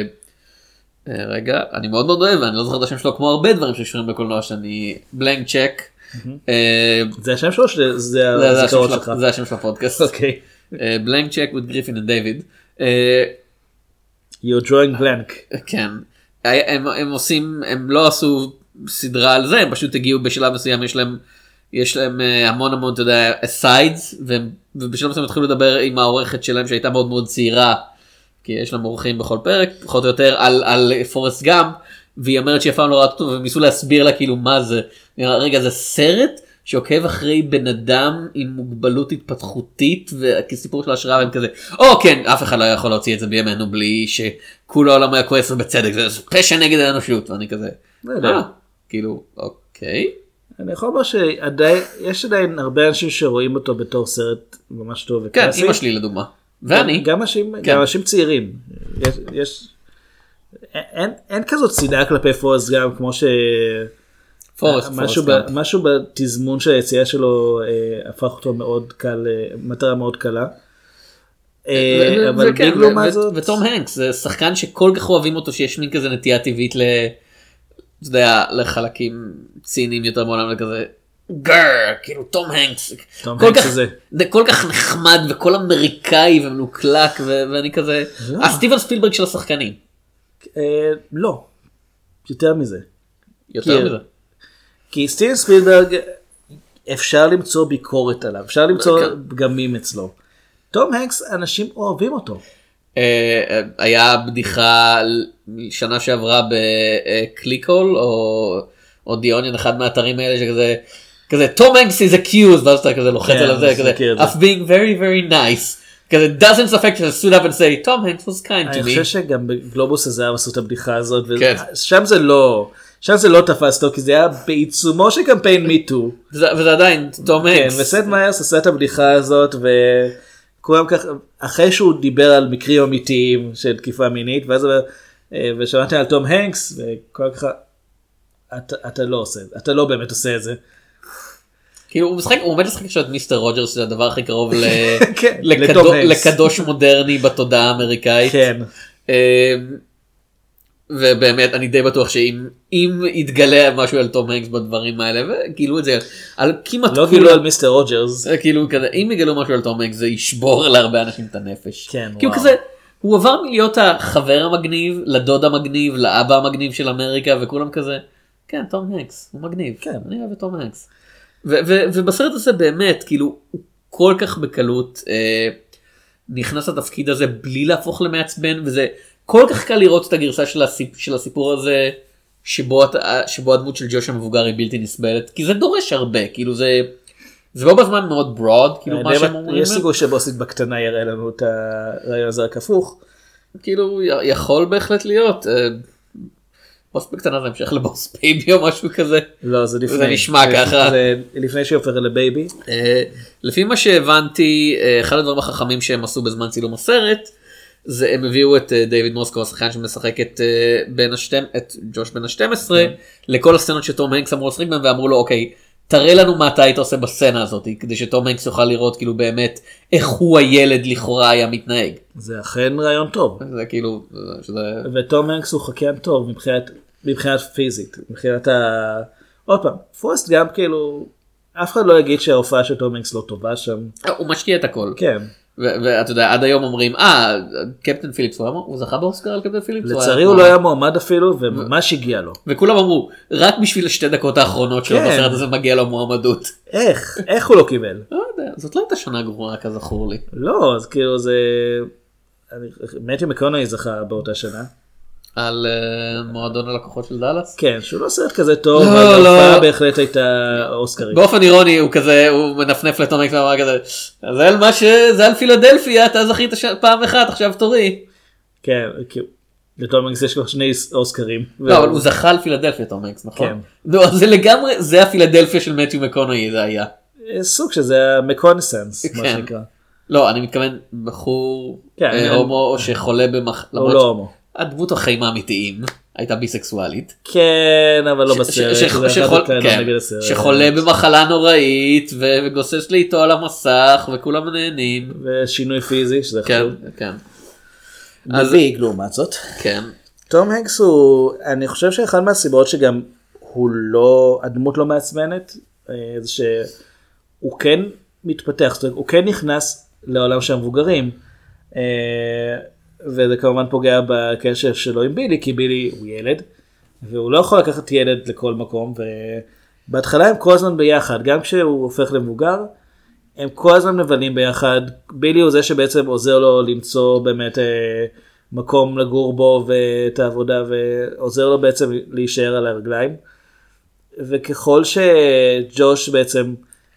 רגע, אני מאוד מאוד אוהב, ואני לא זוכר את השם שלו כמו הרבה דברים שקשורים בקולנוע שאני, בלנק צ'ק. זה השם שלו? זה הזיכרון שלך? זה השם של הפודקאסט. אוקיי. בלנק צ'ק with גריפין and דיוויד. You're drawing blank. כן. הם עושים, הם לא עשו סדרה על זה, הם פשוט הגיעו בשלב מסוים, יש להם המון המון, אתה יודע, asides, ובשלב מסוים התחילו לדבר עם העורכת שלהם שהייתה מאוד מאוד צעירה, כי יש להם עורכים בכל פרק, פחות או יותר, על פורסט גאמפ, והיא אומרת שהיא פעם לא ראתה אותו, והם ניסו להסביר לה כאילו מה זה. רגע, זה סרט שעוקב אחרי בן אדם עם מוגבלות התפתחותית, וכסיפור של השראה, והם כזה, כן, אף אחד לא יכול להוציא את זה בימינו, בלי שכולו העולם היה כועס ובצדק, זה פשע נגד האנושות, ואני כזה, כאילו, אוקיי. אני יכול לומר שיש עדיין הרבה אנשים שרואים אותו בתור סרט ממש טוב וקלאסי. כן, אמא שלי לדוגמה. ואני. גם אנשים צעירים. אין כזאת שנאה כלפי פורסט גאמפ כמו ש... משהו בתזמון שהיציאה שלו הפך אותו מאוד קל, מטרה מאוד קלה. אבל ביג לעומת זאת... וטום הנקס זה שחקן שכל כך אוהבים אותו שיש מין כזה נטייה טבעית לחלקים ציניים יותר מעולם לכזה כאילו תום הנקס כל כך נחמד וכל אמריקאי ומנוקלק ואני כזה סטיבן ספילברג של השחקנים. לא, יותר מזה. כי סטיבן ספילברג אפשר למצוא ביקורת עליו, אפשר למצוא פגמים אצלו. תום הנקס אנשים אוהבים אותו. היה בדיחה שנה שעברה בקליקול או דיוניון, אחד מהאתרים האלה שכזה כזה תום הנקס is accused, ואז אתה כזה לוחץ עליו זה כזה of being very very nice, כזה doesn't affect to stood up and say Tom Hanks was kind to me. אני חושב שגם בגלובוס הזה עשו את הבדיחה הזאת, ושם זה לא תפס אותו, כי זה היה בעיצומו של קמפיין מיטו. וזה עדיין תום הנקס. כן, וסט מיירס עשה את הבדיחה הזאת, וכולם כך, אחרי שהוא דיבר על מקרים אמיתיים של תקיפה מינית, ושמעתי על תום הנקס, וכל כך, אתה לא עושה, אתה לא באמת עושה את זה. כאילו הוא עומד לשחק עכשיו את מיסטר רוג'רס, זה הדבר הכי קרוב לקדוש מודרני בתודעה האמריקאית. כן. ובאמת אני די בטוח שאם יתגלה משהו על תום הנקס בדברים האלה, וגילו את זה על כמעט לא גילו על מיסטר רוג'רס. כאילו כזה, אם יגלו משהו על תום הנקס זה ישבור להרבה אנשים את הנפש. כן, כאילו כזה, הוא עבר מלהיות החבר המגניב, לדוד המגניב, לאבא המגניב של אמריקה, וכולם כזה, כן, תום הנקס, הוא מגניב. כן. אני אוהב את תום הנקס. ובסרט הזה באמת, כאילו, הוא כל כך בקלות נכנס לתפקיד הזה בלי להפוך למעצבן, וזה כל כך קל לראות את הגרסה של הסיפור הזה, שבו הדמות של ג'וש המבוגר היא בלתי נסבלת, כי זה דורש הרבה, כאילו זה בו בזמן מאוד ברוד, כאילו מה שהם אומרים. יש סיכוי שבוסית בקטנה יראה לנו את הרעיון הזה רק הפוך. כאילו, יכול בהחלט להיות. בוס בקטנה זה המשך לבוס בייבי או משהו כזה. לא, זה לפני. זה נשמע ככה. זה לפני שהופך לבייבי. לפי מה שהבנתי, אחד הדברים החכמים שהם עשו בזמן צילום הסרט, זה הם הביאו את דיוויד מוסקו, השחקן שמשחק את ג'וש בן ה-12, לכל הסצנות שתום הנקס אמרו לשחק בהם, ואמרו לו, אוקיי, תראה לנו מה אתה היית עושה בסצנה הזאת, כדי שתום הנקס יוכל לראות כאילו באמת איך הוא הילד לכאורה היה מתנהג. זה אכן רעיון טוב. זה כאילו, ותום הנקס הוא חקיין טוב מבחינת פיזית, מבחינת עוד פעם, פורסט גאמפ כאילו, אף אחד לא יגיד שההופעה של תום הנקס לא טובה שם. הוא משקיע את הכל. כן. ואתה יודע, עד היום אומרים, קפטן פיליפס, הוא זכה באוסקר על קפטן פיליפס? לצערי הוא לא היה מועמד אפילו, וממש הגיע לו. וכולם אמרו, רק בשביל 2 דקות האחרונות שלו בסרט הזה מגיע לו מועמדות. איך הוא לא קיבל? לא יודע, זאת לא הייתה שנה גרועה כזכור לי. לא, אז כאילו זה... מתיו מקונאי זכה באותה שנה. על מועדון הלקוחות של דאלאס? כן, שהוא לא סרט כזה טוב, לא, אבל לא. ההופעה בהחלט הייתה אוסקרית. באופן אירוני הוא כזה, הוא מנפנף לתום הנקס ואמר כזה, זה על פילדלפיה, אתה זכית פעם אחת, עכשיו תורי. כן, לתום הנקס יש כבר 2 אוסקרים. לא, אבל הוא זכה על פילדלפיה תום הנקס, נכון? כן. לא, זה לגמרי, זה הפילדלפיה של מתיו מקונאי, זה היה. סוג שזה המקונסנס, מה כן. שנקרא. לא, אני מתכוון בחור הומו או שחולה במחלה. הוא לא הומו. הדמות החיים האמיתיים הייתה ביסקסואלית. כן, אבל לא בסרט. שחולה במחלה נוראית וגוסס לאיתו על המסך וכולם נהנים. ושינוי פיזי, שזה חשוב. כן. מביג לעומת זאת. כן. תום הנקס הוא, אני חושב שאחד מהסיבות שגם הוא לא, הדמות לא מעצבנת, זה שהוא כן מתפתח, זאת אומרת, הוא כן נכנס לעולם של המבוגרים, וזה כמובן פוגע בקשר שלו עם בילי, כי בילי הוא ילד, והוא לא יכול לקחת ילד לכל מקום, ובהתחלה הם כל הזמן ביחד, גם כשהוא הופך למבוגר, הם כל הזמן מבלים ביחד, בילי הוא זה שבעצם עוזר לו למצוא באמת מקום לגור בו ואת העבודה, ועוזר לו בעצם להישאר על הרגליים, וככל שג'וש בעצם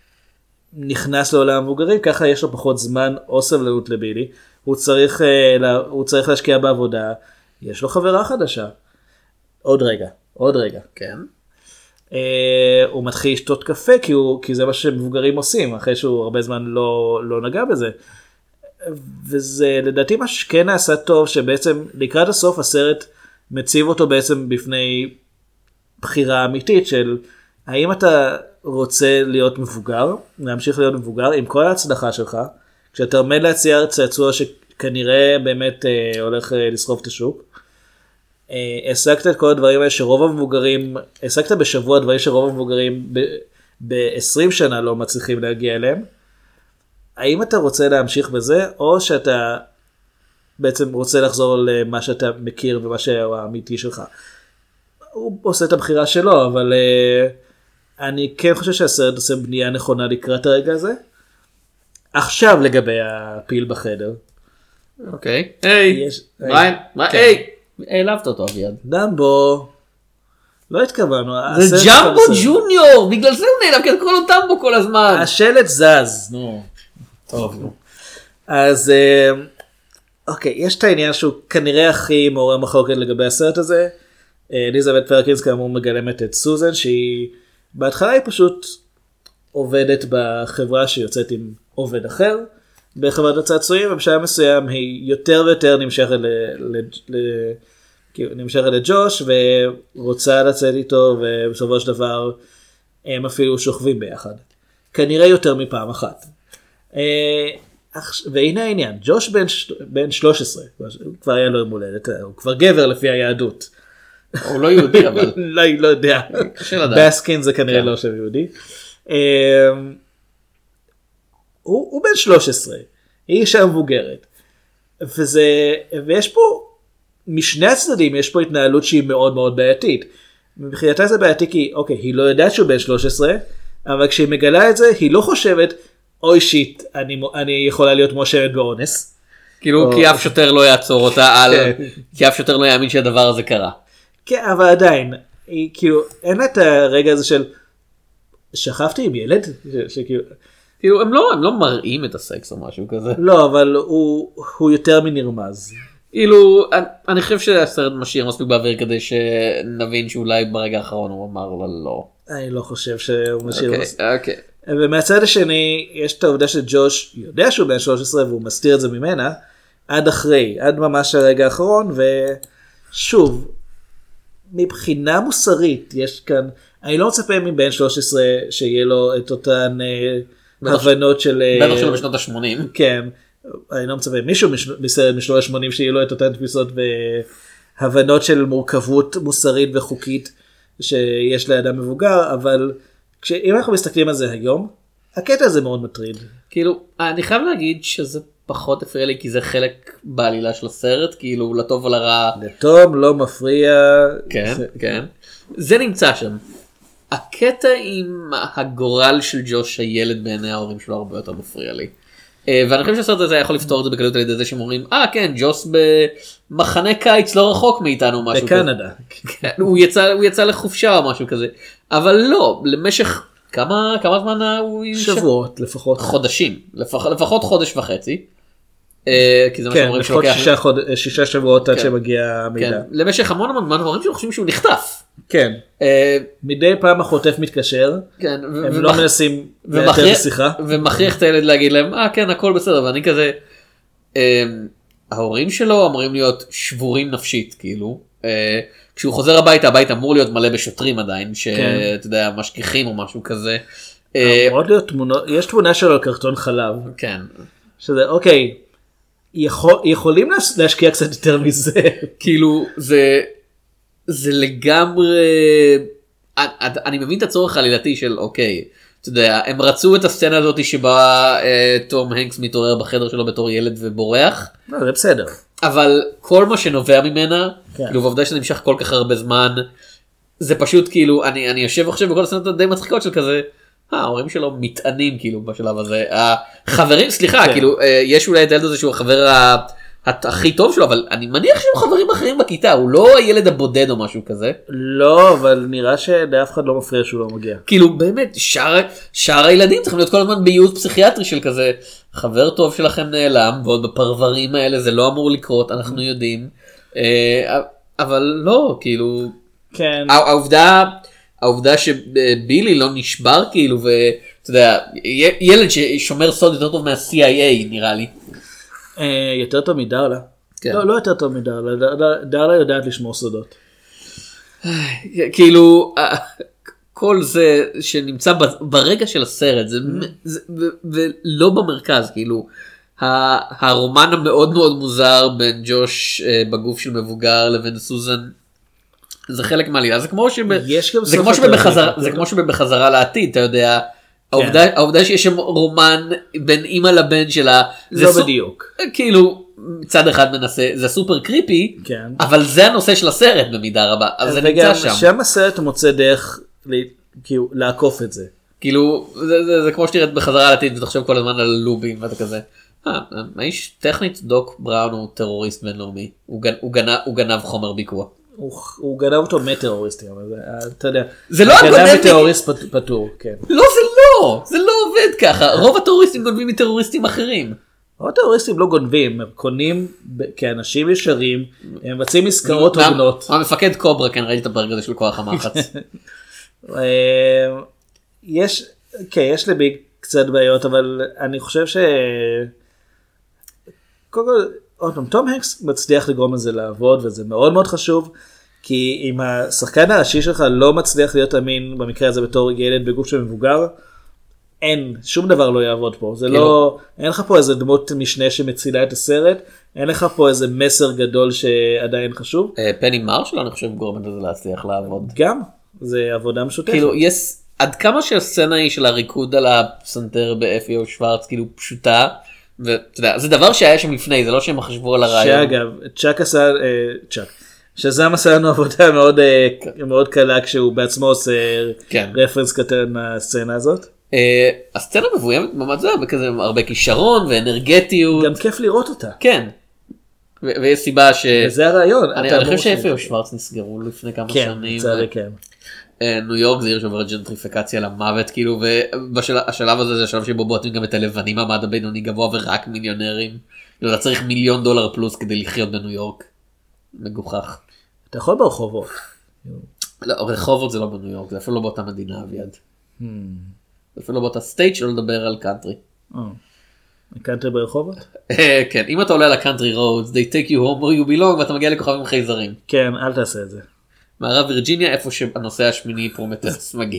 נכנס לעולם המבוגרים, ככה יש לו פחות זמן או סבלנות לבילי, הוא צריך להשקיע בעבודה, יש לו חברה חדשה, עוד רגע. כן. הוא מתחיל לשתות קפה כי זה מה שמבוגרים עושים, אחרי שהוא הרבה זמן לא נגע בזה. וזה לדעתי מה שכן נעשה טוב, שבעצם לקראת הסוף הסרט מציב אותו בעצם בפני בחירה אמיתית של האם אתה רוצה להיות מבוגר, להמשיך להיות מבוגר עם כל ההצלחה שלך, כשאתה עומד להציע צעצוע שכנראה באמת הולך לסחוב את השוק, השגת את כל הדברים האלה שרוב המבוגרים, השגת בשבוע דברים שרוב המבוגרים ב-20 שנה לא מצליחים להגיע אליהם, האם אתה רוצה להמשיך בזה, או שאתה בעצם רוצה לחזור למה שאתה מכיר ומה שהאמיתי שלך. הוא עושה את הבחירה שלו, אבל אני כן חושב שהסרט עושה בנייה נכונה לקראת הרגע הזה. עכשיו לגבי הפיל בחדר. אוקיי. היי, היי, העלבת אותו אביעד. דמבו. לא התכוונו. זה ג'מבו ג'וניור, בגלל זה הוא נעלם, כי קורא לו טמבו כל הזמן. השלט זז. נו. טוב. אז אוקיי, יש את העניין שהוא כנראה הכי מעורר מחלוקת לגבי הסרט הזה. אליזבת פרקינס כאמור מגלמת את סוזן, שהיא בהתחלה היא פשוט עובדת בחברה שיוצאת עם עובד אחר, בחברת הצעצועים, ובשלב מסוים היא יותר ויותר נמשכת לג'וש, ורוצה לצאת איתו, ובסופו של דבר הם אפילו שוכבים ביחד. כנראה יותר מפעם אחת. והנה העניין, ג'וש בן 13, הוא כבר היה לו יום הולדת, הוא כבר גבר לפי היהדות. הוא לא יהודי אבל. לא יודע. בסקין זה כנראה לא שם יהודי. הוא בן 13, היא אישה מבוגרת. ויש פה, משני הצדדים יש פה התנהלות שהיא מאוד מאוד בעייתית. מבחינתה זה בעייתי כי, אוקיי, היא לא יודעת שהוא בן 13, אבל כשהיא מגלה את זה, היא לא חושבת, אוי שיט, אני יכולה להיות מואשמת באונס. כאילו, כי אף שוטר לא יעצור אותה, כי אף שוטר לא יאמין שהדבר הזה קרה. כן, אבל עדיין, כאילו, אין לה את הרגע הזה של, שכבתי עם ילד? כאילו, הם לא מראים את הסקס או משהו כזה. לא, אבל הוא יותר מנרמז. כאילו, אני חושב שהסרט משאיר מספיק באוויר כדי שנבין שאולי ברגע האחרון הוא אמר לה לא. אני לא חושב שהוא משאיר מספיק. אוקיי. ומהצד השני, יש את העובדה שג'וש יודע שהוא בן 13 והוא מסתיר את זה ממנה, עד ממש הרגע האחרון, ושוב, מבחינה מוסרית, יש כאן, אני לא מצפה מבן 13 שיהיה לו את אותן הבנות של... בטח שלו בשנות ה-80. כן, אני לא מצפה מישהו מסרט משנות ה-80 שיהיה לו את אותן תפיסות והבנות של מורכבות מוסרית וחוקית שיש לאדם מבוגר, אבל אם אנחנו מסתכלים על זה היום, הקטע הזה מאוד מטריד. כאילו, אני חייב להגיד שזה פחות הפריע לי, כי זה חלק בעלילה של הסרט, כאילו, לטוב ולרע. לטוב, לא מפריע. כן, כן. זה נמצא שם. הקטע עם הגורל של ג'וש הילד בעיני ההורים שלו הרבה יותר מפריע לי. ואני חושב שהסרט הזה יכול לפתור את זה בקלות על ידי זה שהם אומרים, כן, ג'וס במחנה קיץ לא רחוק מאיתנו משהו כזה. בקנדה. הוא יצא לחופשה או משהו כזה. אבל לא, למשך כמה זמן הוא... שבועות לפחות. חודשים, לפחות חודש וחצי. כי זה מה כן, שאומרים לפחות שלוקח... 6 שבועות עד שמגיע המידע. למשך המון זמן ההורים שלו חושבים שהוא נחטף. כן. מדי פעם החוטף מתקשר, הם לא מנסים לאתר את השיחה. ומכריח את הילד להגיד להם, כן, הכל בסדר, ואני כזה... ההורים שלו אמורים להיות שבורים נפשית, כאילו. כשהוא חוזר הביתה, הבית אמור להיות מלא בשוטרים עדיין, שאתה יודע, משגיחים או משהו כזה. אמורות להיות תמונות, יש תמונה שלו על קרטון חלב. כן. שזה, אוקיי, יכולים להשקיע קצת יותר מזה. כאילו, זה לגמרי... אני מבין את הצורך העלילתי של, אוקיי, אתה יודע, הם רצו את הסצנה הזאת שבה תום הנקס מתעורר בחדר שלו בתור ילד ובורח. לא, זה בסדר. אבל כל מה שנובע ממנה, כאילו, בעובדה שזה נמשך כל כך הרבה זמן, זה פשוט כאילו, אני יושב עכשיו בכל הסצנות הדי מצחיקות של כזה, ההורים שלו מתענים כאילו בשלב הזה. החברים, סליחה, כאילו, יש אולי את הילד הזה שהוא החבר הכי טוב שלו, אבל אני מניח שהוא חברים אחרים בכיתה, הוא לא הילד הבודד או משהו כזה. לא, אבל נראה שלאף אחד לא מפריע שהוא לא מגיע. כאילו באמת, שאר הילדים צריכים להיות כל הזמן בייעוץ פסיכיאטרי של כזה, חבר טוב שלכם נעלם, ועוד בפרברים האלה זה לא אמור לקרות, אנחנו יודעים. אבל לא, כאילו, כן. העובדה שבילי לא נשבר כאילו, ואתה יודע, ילד ששומר סוד יותר טוב מה-CIA נראה לי. יותר טוב מדרלה. לא יותר טוב מדרלה, דרלה יודעת לשמור סודות. כאילו, כל זה שנמצא ברגע של הסרט, ולא במרכז, כאילו, הרומן המאוד מאוד מוזר בין ג'וש בגוף של מבוגר לבין סוזן, זה חלק מהעלילה, זה כמו שבחזרה לעתיד, אתה יודע, העובדה שיש שם רומן בין אמא לבן שלה, לא בדיוק. כאילו, צד אחד מנסה, זה סופר קריפי, אבל זה הנושא של הסרט במידה רבה, אז זה נמצא שם. שם הסרט מוצא דרך לעקוף את זה. כאילו, זה כמו שתראית בחזרה לעתיד, ותחשוב כל הזמן על לובים, ואתה כזה, האיש טכנית דוק בראון הוא טרוריסט בינלאומי, הוא גנב חומר ביקוע. הוא גנב אותו מטרוריסטים, אבל אתה יודע, זה לא גנב מטרוריסט פטור, כן. לא, זה לא עובד ככה, רוב הטרוריסטים גונבים מטרוריסטים אחרים. רוב הטרוריסטים לא גונבים, הם קונים כאנשים ישרים, הם מבצעים עסקאות הוגנות. המפקד קוברה, כן, ראיתי את הפרק הזה של כוח המחץ. יש לי קצת בעיות, אבל אני חושב קודם כל, עוד פעם, תום הנקס מצליח לגרום לזה לעבוד, וזה מאוד מאוד חשוב, כי אם השחקן הראשי שלך לא מצליח להיות אמין, במקרה הזה בתור ילד בגוף של מבוגר, שום דבר לא יעבוד פה. זה לא, אין לך פה איזה דמות משנה שמצילה את הסרט, אין לך פה איזה מסר גדול שעדיין חשוב. פני מרשל, אני חושב, גורם לזה להצליח לעבוד. גם, זה עבודה משותפת. כאילו, עד כמה שהסצנה היא של הריקוד על הפסנתר ב-F.E.O. שוורץ, כאילו פשוטה, ואתה יודע, זה דבר שהיה שם לפני, זה לא שהם חשבו על הרעיון. שאגב, שזם עשה לנו עבודה מאוד קלה כשהוא בעצמו עושה רפרנס קטן לסצנה הזאת. הסצנה מבוימת ממש זה, בכזה הרבה כישרון ואנרגטיות. גם כיף לראות אותה. כן. ויש סיבה ש... וזה הרעיון. אני חושב שאיפה שוורץ נסגרו לפני כמה שנים. כן. ניו יורק זה עיר שעוברת ג'נטריפיקציה למוות, כאילו, והשלב הזה זה השלב שבו בועטים גם את הלבנים, המעמד הבינוני גבוה ורק מיליונרים. אתה צריך $1,000,000 פלוס כדי לחיות בניו יורק. מגוחך. אתה יכול ברחובות. לא, רחובות זה לא בניו יורק, זה אפילו לא באותה מדינה, אביעד. זה אפילו לא באותה סטייט שלא לדבר על קאנטרי. קאנטרי ברחובות? כן, אם אתה עולה על הקאנטרי רודס, they take you home where you belong, ואתה מגיע לכוכבים חייזרים. כן, אל תעשה את זה. מערב וירג'יניה, איפה שהנושא השמיני פרומטס מגיע.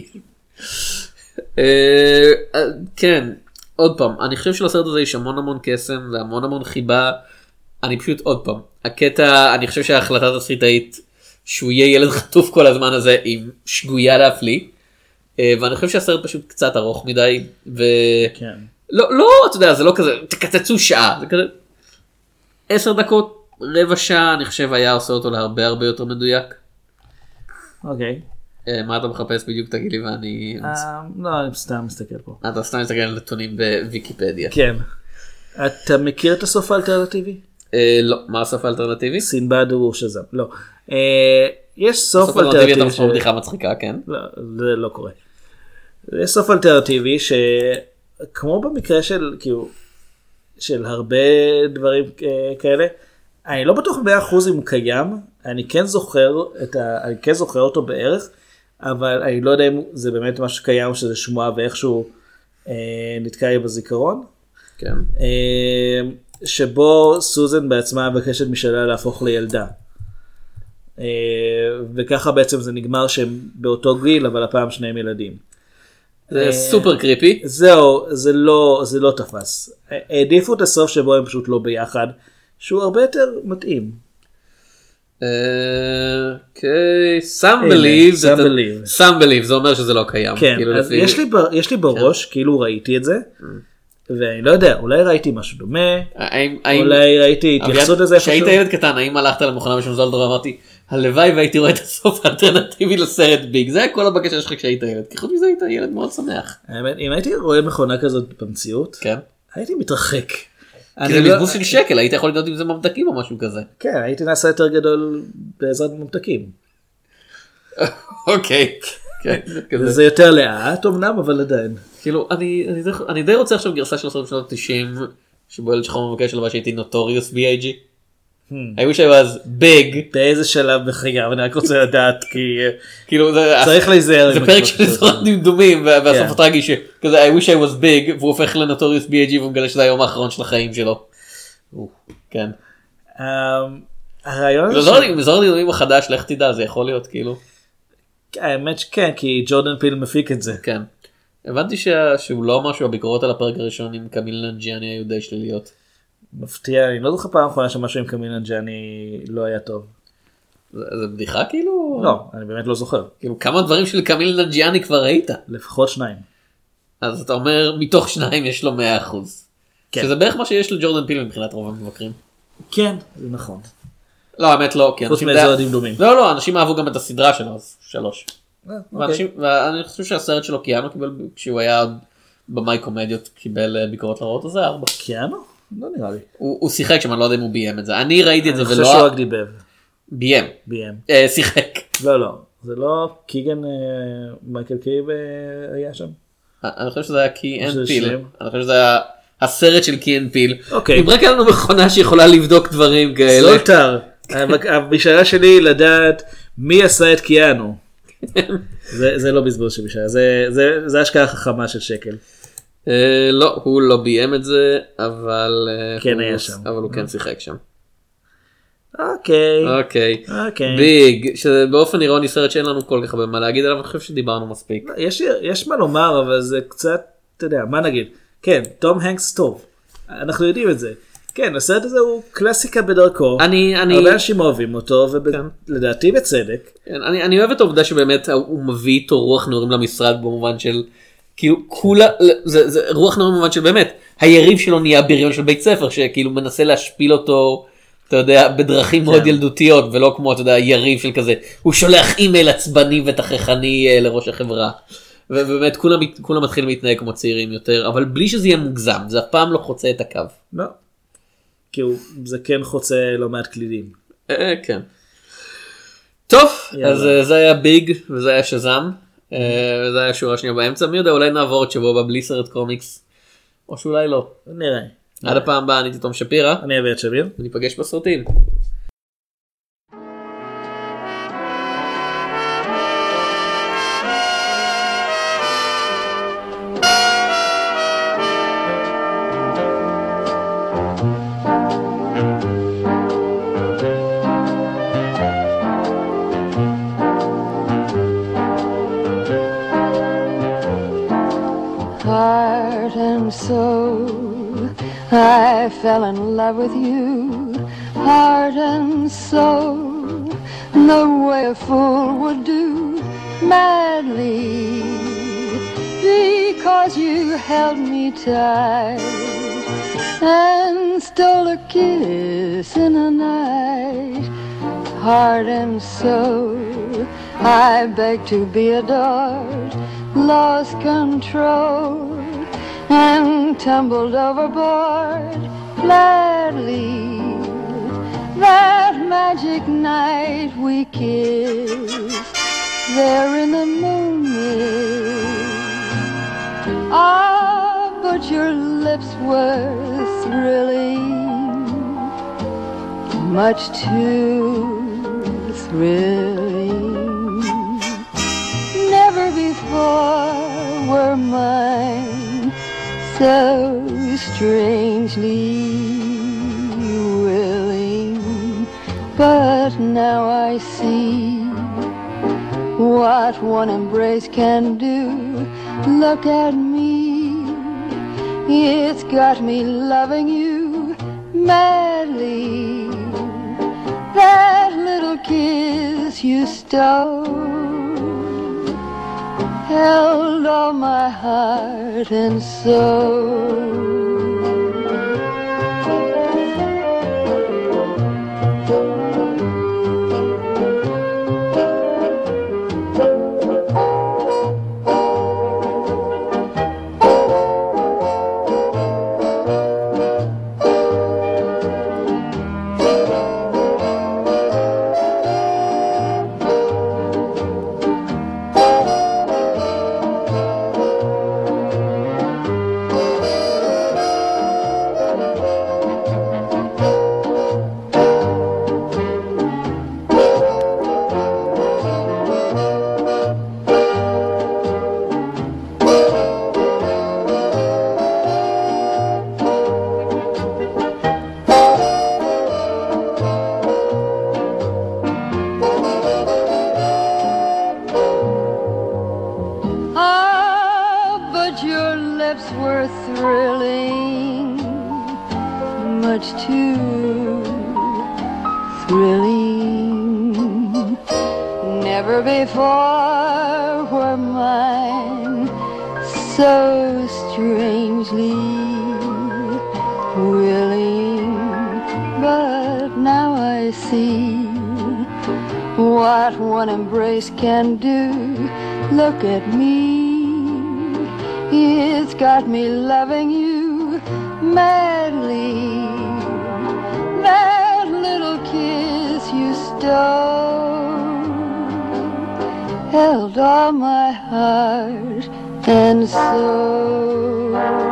כן, עוד פעם, אני חושב שלסרט הזה יש המון קסם והמון חיבה. אני פשוט עוד פעם, הקטע, אני חושב שההחלטת התסריטאית שהוא יהיה ילד חטוף כל הזמן הזה עם שגויה להפליא, ואני חושב שהסרט פשוט קצת ארוך מדי, לא, אתה יודע, זה לא כזה, תקצצו שעה, זה כזה 10 דקות, רבע שעה, אני חושב היה עושה אותו להרבה יותר מדויק. אוקיי. מה אתה מחפש בדיוק תגיד לי ואני... לא, אני סתם מסתכל פה. אתה סתם מסתכל על נתונים בוויקיפדיה. כן. אתה מכיר את הסוף האלטרנטיבי? לא, מה הסוף האלטרנטיבי? סינבד הוא שזם, לא. יש סוף הסוף האלטרנטיבי אתה אלטרנטיבי משמע בדיחה מצחיקה, כן? לא, זה לא קורה. יש סוף אלטרנטיבי שכמו במקרה של, כאילו, של הרבה דברים כאלה, אני לא בטוח 100% אם הוא קיים, אני כן זוכר אותו בערך, אבל אני לא יודע אם זה באמת משהו שקיים או שזה שמועה ואיכשהו נתקע לי בזיכרון. כן. שבו סוזן בעצמה מבקשת משלה להפוך לילדה. וככה בעצם זה נגמר שהם באותו גיל, אבל הפעם שניהם ילדים. זה סופר קריפי. זהו, זה לא תפס. העדיפו את הסוף שבו הם פשוט לא ביחד, שהוא הרבה יותר מתאים. אוקיי, some believe, זה אומר שזה לא קיים. כן, אז יש לי בראש, כאילו ראיתי את זה, ואני לא יודע, אולי ראיתי משהו דומה, אולי ראיתי התייחסות לזה. כשהיית ילד קטן, האם הלכת למכונה בשם זולדור ואמרתי, הלוואי והייתי רואה את הסוף האלטרנטיבי לסרט ביג, זה היה כל הבקשה שלך כשהיית ילד, כי חוץ מזה היית ילד מאוד שמח. אם הייתי רואה מכונה כזאת במציאות, הייתי מתרחק. כי זה בזבוז של שקל, היית יכול לדעת אם זה ממתקים או משהו כזה. כן, הייתי נעשה יותר גדול בעזרת ממתקים. אוקיי. זה יותר לאט אמנם, אבל עדיין. כאילו, אני די רוצה עכשיו גרסה של הסרט בשנות ה-90, שבו ילד שחור מבקש שלבש שהייתי נוטוריוס B.I.G. I wish I was big. באיזה שלב בחייו, אני רק רוצה לדעת, כי צריך להיזהר. זה פרק של זורת דמדומים, והסוף הטרגי שכזה I wish I was big, והוא הופך לנוטוריוס B.I.G. והוא מגלה שזה היום האחרון של החיים שלו. כן. הרעיון הזה... זורת דמדומים החדש, לך תדע, זה יכול להיות כאילו. האמת שכן, כי ג'ורדן פיל מפיק את זה. כן. הבנתי שהוא לא משהו, הביקורות על הפרק הראשון עם קמיל ננג'יאני היו די שליליות. מפתיע, אני לא זוכר פעם אחרונה שמשהו עם קמיל ננג'יאני לא היה טוב. זה בדיחה כאילו? לא, אני באמת לא זוכר. כאילו כמה דברים של קמיל ננג'יאני כבר ראית? לפחות 2. אז אתה אומר מתוך 2 יש לו 100%. שזה בערך מה שיש לג'ורדן פיל מבחינת רוב המבקרים. כן, זה נכון. לא, האמת לא. חוץ מאזורים דומים. לא, אנשים אהבו גם את הסדרה שלו, אז 3. ואני חושב שהסרט שלו קיאנו קיבל, כשהוא היה במאי קומדיות, קיבל ביקורות לראות, אז זה 4. קיאנו? לא נראה לי. הוא שיחק שם, אני לא יודע אם הוא ביים את זה. אני ראיתי את זה ולא... אני חושב שהוא רק דיבב. ביים. שיחק. לא. זה לא קיגן מייקל קייב היה שם? אני חושב שזה היה קי אנד פיל. אני חושב שזה היה הסרט של קי אנד פיל. אוקיי. אם רק היה לנו מכונה שיכולה לבדוק דברים כאלה. סולטר. הבשאלה שלי לדעת מי עשה את קיאנו. זה לא בזבוז של בשאלה. זה השקעה חכמה של שקל. לא, הוא לא ביים את זה, אבל כן היה שם. אבל הוא כן שיחק שם. אוקיי. ביג, שבאופן אירוני סרט שאין לנו כל כך הרבה מה להגיד עליו, אני חושב שדיברנו מספיק. יש מה לומר, אבל זה קצת, אתה יודע, מה נגיד? כן, תום הנקס טוב. אנחנו יודעים את זה. כן, הסרט הזה הוא קלאסיקה בדרכו. הרבה אנשים אוהבים אותו, ולדעתי בצדק. אני אוהב את העובדה שבאמת הוא מביא איתו רוח נעורים למשרד, במובן של כאילו זה רוח נעורים במובן של באמת היריב שלו נהיה בריון של בית ספר שכאילו מנסה להשפיל אותו, אתה יודע, בדרכים מאוד ילדותיות, ולא כמו, אתה יודע, יריב של כזה, הוא שולח אימייל עצבני ותככני לראש החברה. ובאמת כולם מתחילים להתנהג כמו צעירים יותר, אבל בלי שזה יהיה מוגזם, זה אף פעם לא חוצה את הקו. לא. כאילו זה כן חוצה לא מעט קלידים. כן. טוב, אז זה היה ביג וזה היה שזם. זה היה שורה שנייה באמצע. מי יודע, אולי נעבור את שבוע הבא בלי סרט קומיקס, או שאולי לא. נראה. עד הפעם הבאה, אני תום שפירא. אני אביעד שביר. וניפגש בסרטים. Heart and soul, I fell in love with you. Heart and soul, the way a fool would do, madly, because you held me tight and stole a kiss in the night. heart and soul. I beg to be adored, lost control, and tumbled overboard gladly. That magic night we kissed there in the moonlit. Ah, but your lips were thrilling, much too thrilling. Never before were mine so strangely willing, but now I see what one embrace can do. Look at me, it's got me loving you madly. That little kiss you stole held all my heart and soul. Were thrilling, much too thrilling. Never before were mine so strangely willing, but now I see what one embrace can do. Look at me, it's got me loving you madly. That little kiss you stole held all my heart and soul.